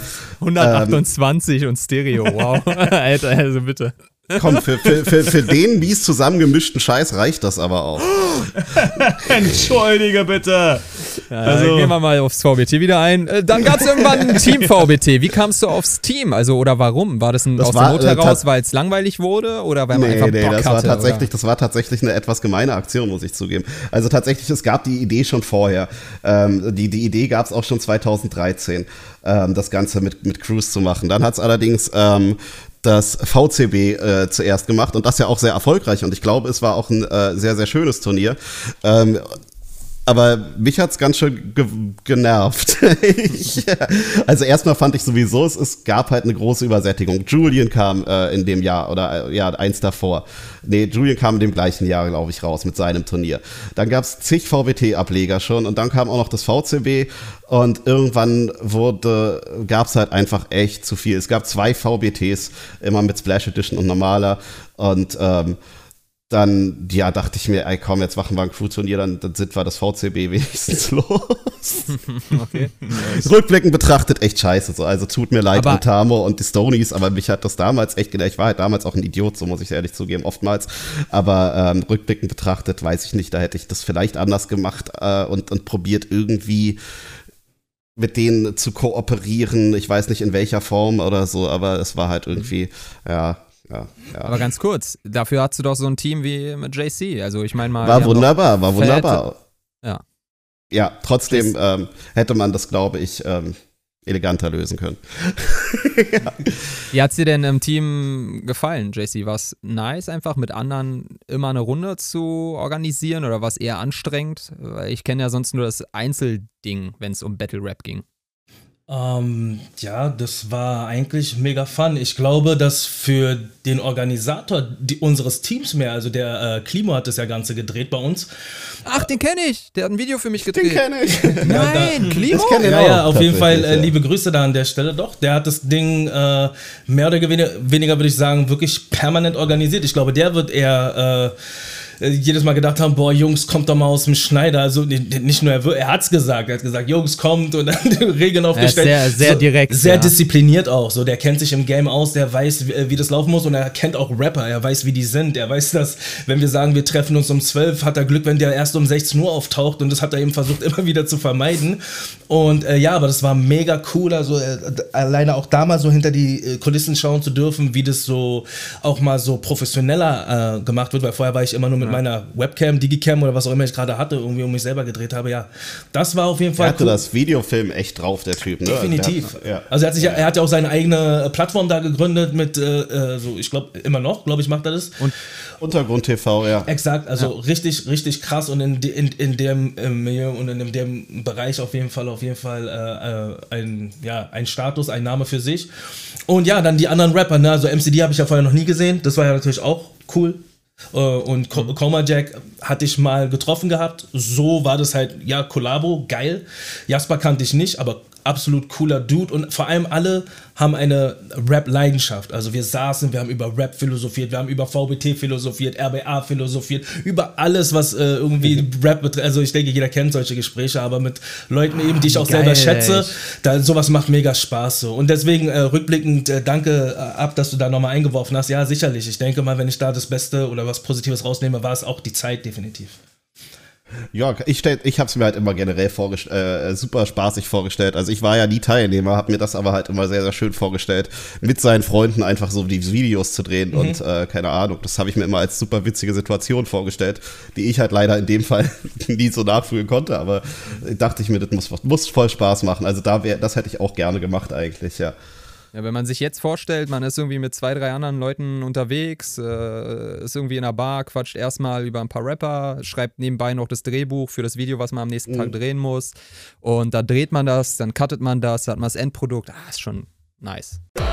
Speaker 5: 128 und Stereo, wow. Alter, also bitte.
Speaker 4: Komm, für den mies zusammengemischten Scheiß reicht das aber auch.
Speaker 2: Entschuldige bitte.
Speaker 5: Also gehen wir mal aufs VBT wieder ein. Dann gab es irgendwann ein Team VBT. Wie kamst du aufs Team? Also oder warum? War das aus der Not heraus, weil es langweilig wurde oder weil man einfach Bock hatte?
Speaker 4: Das war tatsächlich eine etwas gemeine Aktion, muss ich zugeben. Also tatsächlich, es gab die Idee schon vorher. Die Idee gab es auch schon 2013, das Ganze mit Cruise zu machen. Dann hat es allerdings das VCB zuerst gemacht und das ja auch sehr erfolgreich und ich glaube, es war auch ein sehr, sehr schönes Turnier. Aber mich hat's ganz schön genervt. Also erstmal fand ich sowieso, es gab halt eine große Übersättigung. Julian kam in dem Jahr oder eins davor. Nee, Julian kam in dem gleichen Jahr, glaube ich, raus mit seinem Turnier. Dann gab's zig VBT-Ableger schon und dann kam auch noch das VCB und irgendwann gab's halt einfach echt zu viel. Es gab 2 VBTs, immer mit Splash Edition und normaler und dann, ja, dachte ich mir, ey, komm, jetzt machen wir ein Crew-Turnier, dann sind wir das VCB wenigstens los.
Speaker 5: Okay.
Speaker 4: Rückblickend betrachtet echt scheiße. So. Also tut mir leid, Utamo und die Stonies, aber mich hat das damals echt gedacht. Ich war halt damals auch ein Idiot, so muss ich ehrlich zugeben, oftmals. Aber rückblickend betrachtet, weiß ich nicht, da hätte ich das vielleicht anders gemacht und probiert irgendwie mit denen zu kooperieren. Ich weiß nicht in welcher Form oder so, aber es war halt irgendwie, ja.
Speaker 5: Aber ganz kurz, dafür hast du doch so ein Team wie mit JC. Also ich meine mal.
Speaker 4: War wunderbar.
Speaker 5: Ja.
Speaker 4: Ja, trotzdem hätte man das, glaube ich, eleganter lösen können.
Speaker 5: Ja. Wie hat's dir denn im Team gefallen, JC? War es nice, einfach mit anderen immer eine Runde zu organisieren oder war es eher anstrengend? Weil ich kenne ja sonst nur das Einzelding, wenn es um Battle Rap ging.
Speaker 1: Ja, das war eigentlich mega fun. Ich glaube, dass für den Organisator unseres Teams mehr, also der Klimo hat das ja Ganze gedreht bei uns.
Speaker 5: Ach, den kenne ich. Der hat ein Video für mich gedreht.
Speaker 4: Den kenne ich.
Speaker 5: Nein, Klimo?
Speaker 1: Ja, auf jeden Fall liebe Grüße da an der Stelle. Doch, der hat das Ding mehr oder weniger, würde ich sagen, wirklich permanent organisiert. Ich glaube, der wird eher jedes Mal gedacht haben, boah, Jungs, kommt doch mal aus dem Schneider. Also nicht nur er hat's gesagt, er hat gesagt, Jungs, kommt und dann Regeln aufgestellt.
Speaker 5: Ja, sehr direkt.
Speaker 1: Sehr diszipliniert auch. So, der kennt sich im Game aus, der weiß, wie das laufen muss und er kennt auch Rapper, er weiß, wie die sind. Er weiß, dass, wenn wir sagen, wir treffen uns um 12, hat er Glück, wenn der erst um 16 Uhr auftaucht und das hat er eben versucht, immer wieder zu vermeiden. Und ja, aber das war mega cool, also alleine auch da mal so hinter die Kulissen schauen zu dürfen, wie das so auch mal so professioneller gemacht wird, weil vorher war ich immer nur mit meiner Webcam, Digicam oder was auch immer ich gerade hatte, irgendwie um mich selber gedreht habe, ja. Das war auf jeden Fall
Speaker 4: Er hatte das Videofilm echt drauf, der Typ, ne?
Speaker 1: Definitiv.
Speaker 4: Ja.
Speaker 1: Also er hat ja auch seine eigene Plattform da gegründet mit, so ich glaube, immer noch, glaube ich, macht er das.
Speaker 4: Und Untergrund TV, ja.
Speaker 1: Exakt, also richtig, richtig krass und in dem Milieu und in dem Bereich auf jeden Fall ein Status, ein Name für sich. Und ja, dann die anderen Rapper, ne? Also MCD habe ich ja vorher noch nie gesehen, das war ja natürlich auch cool. Und Coma Jack hatte ich mal getroffen gehabt, so war das halt, ja, Kollabo, geil. Jasper kannte ich nicht, aber absolut cooler Dude und vor allem alle haben eine Rap-Leidenschaft. Also wir haben über Rap philosophiert, wir haben über VBT philosophiert, RBA philosophiert, über alles, was irgendwie Rap betrifft. Also ich denke, jeder kennt solche Gespräche, aber mit Leuten eben, die ich auch selber schätze, sowas macht mega Spaß so. Und deswegen rückblickend danke ab, dass du da nochmal eingeworfen hast. Ja, sicherlich. Ich denke mal, wenn ich da das Beste oder was Positives rausnehme, war es auch die Zeit definitiv.
Speaker 4: Ja, ich habe es mir halt immer generell super spaßig vorgestellt. Also ich war ja nie Teilnehmer, habe mir das aber halt immer sehr, sehr schön vorgestellt, mit seinen Freunden einfach so die Videos zu drehen und keine Ahnung, das habe ich mir immer als super witzige Situation vorgestellt, die ich halt leider in dem Fall nie so nachfühlen konnte, aber dachte ich mir, das muss voll Spaß machen. Also das hätte ich auch gerne gemacht eigentlich, ja.
Speaker 5: Ja, wenn man sich jetzt vorstellt, man ist irgendwie mit 2, 3 anderen Leuten unterwegs, ist irgendwie in einer Bar, quatscht erstmal über ein paar Rapper, schreibt nebenbei noch das Drehbuch für das Video, was man am nächsten Tag drehen muss. Und da dreht man das, dann cuttet man das, da hat man das Endprodukt. Ist schon nice.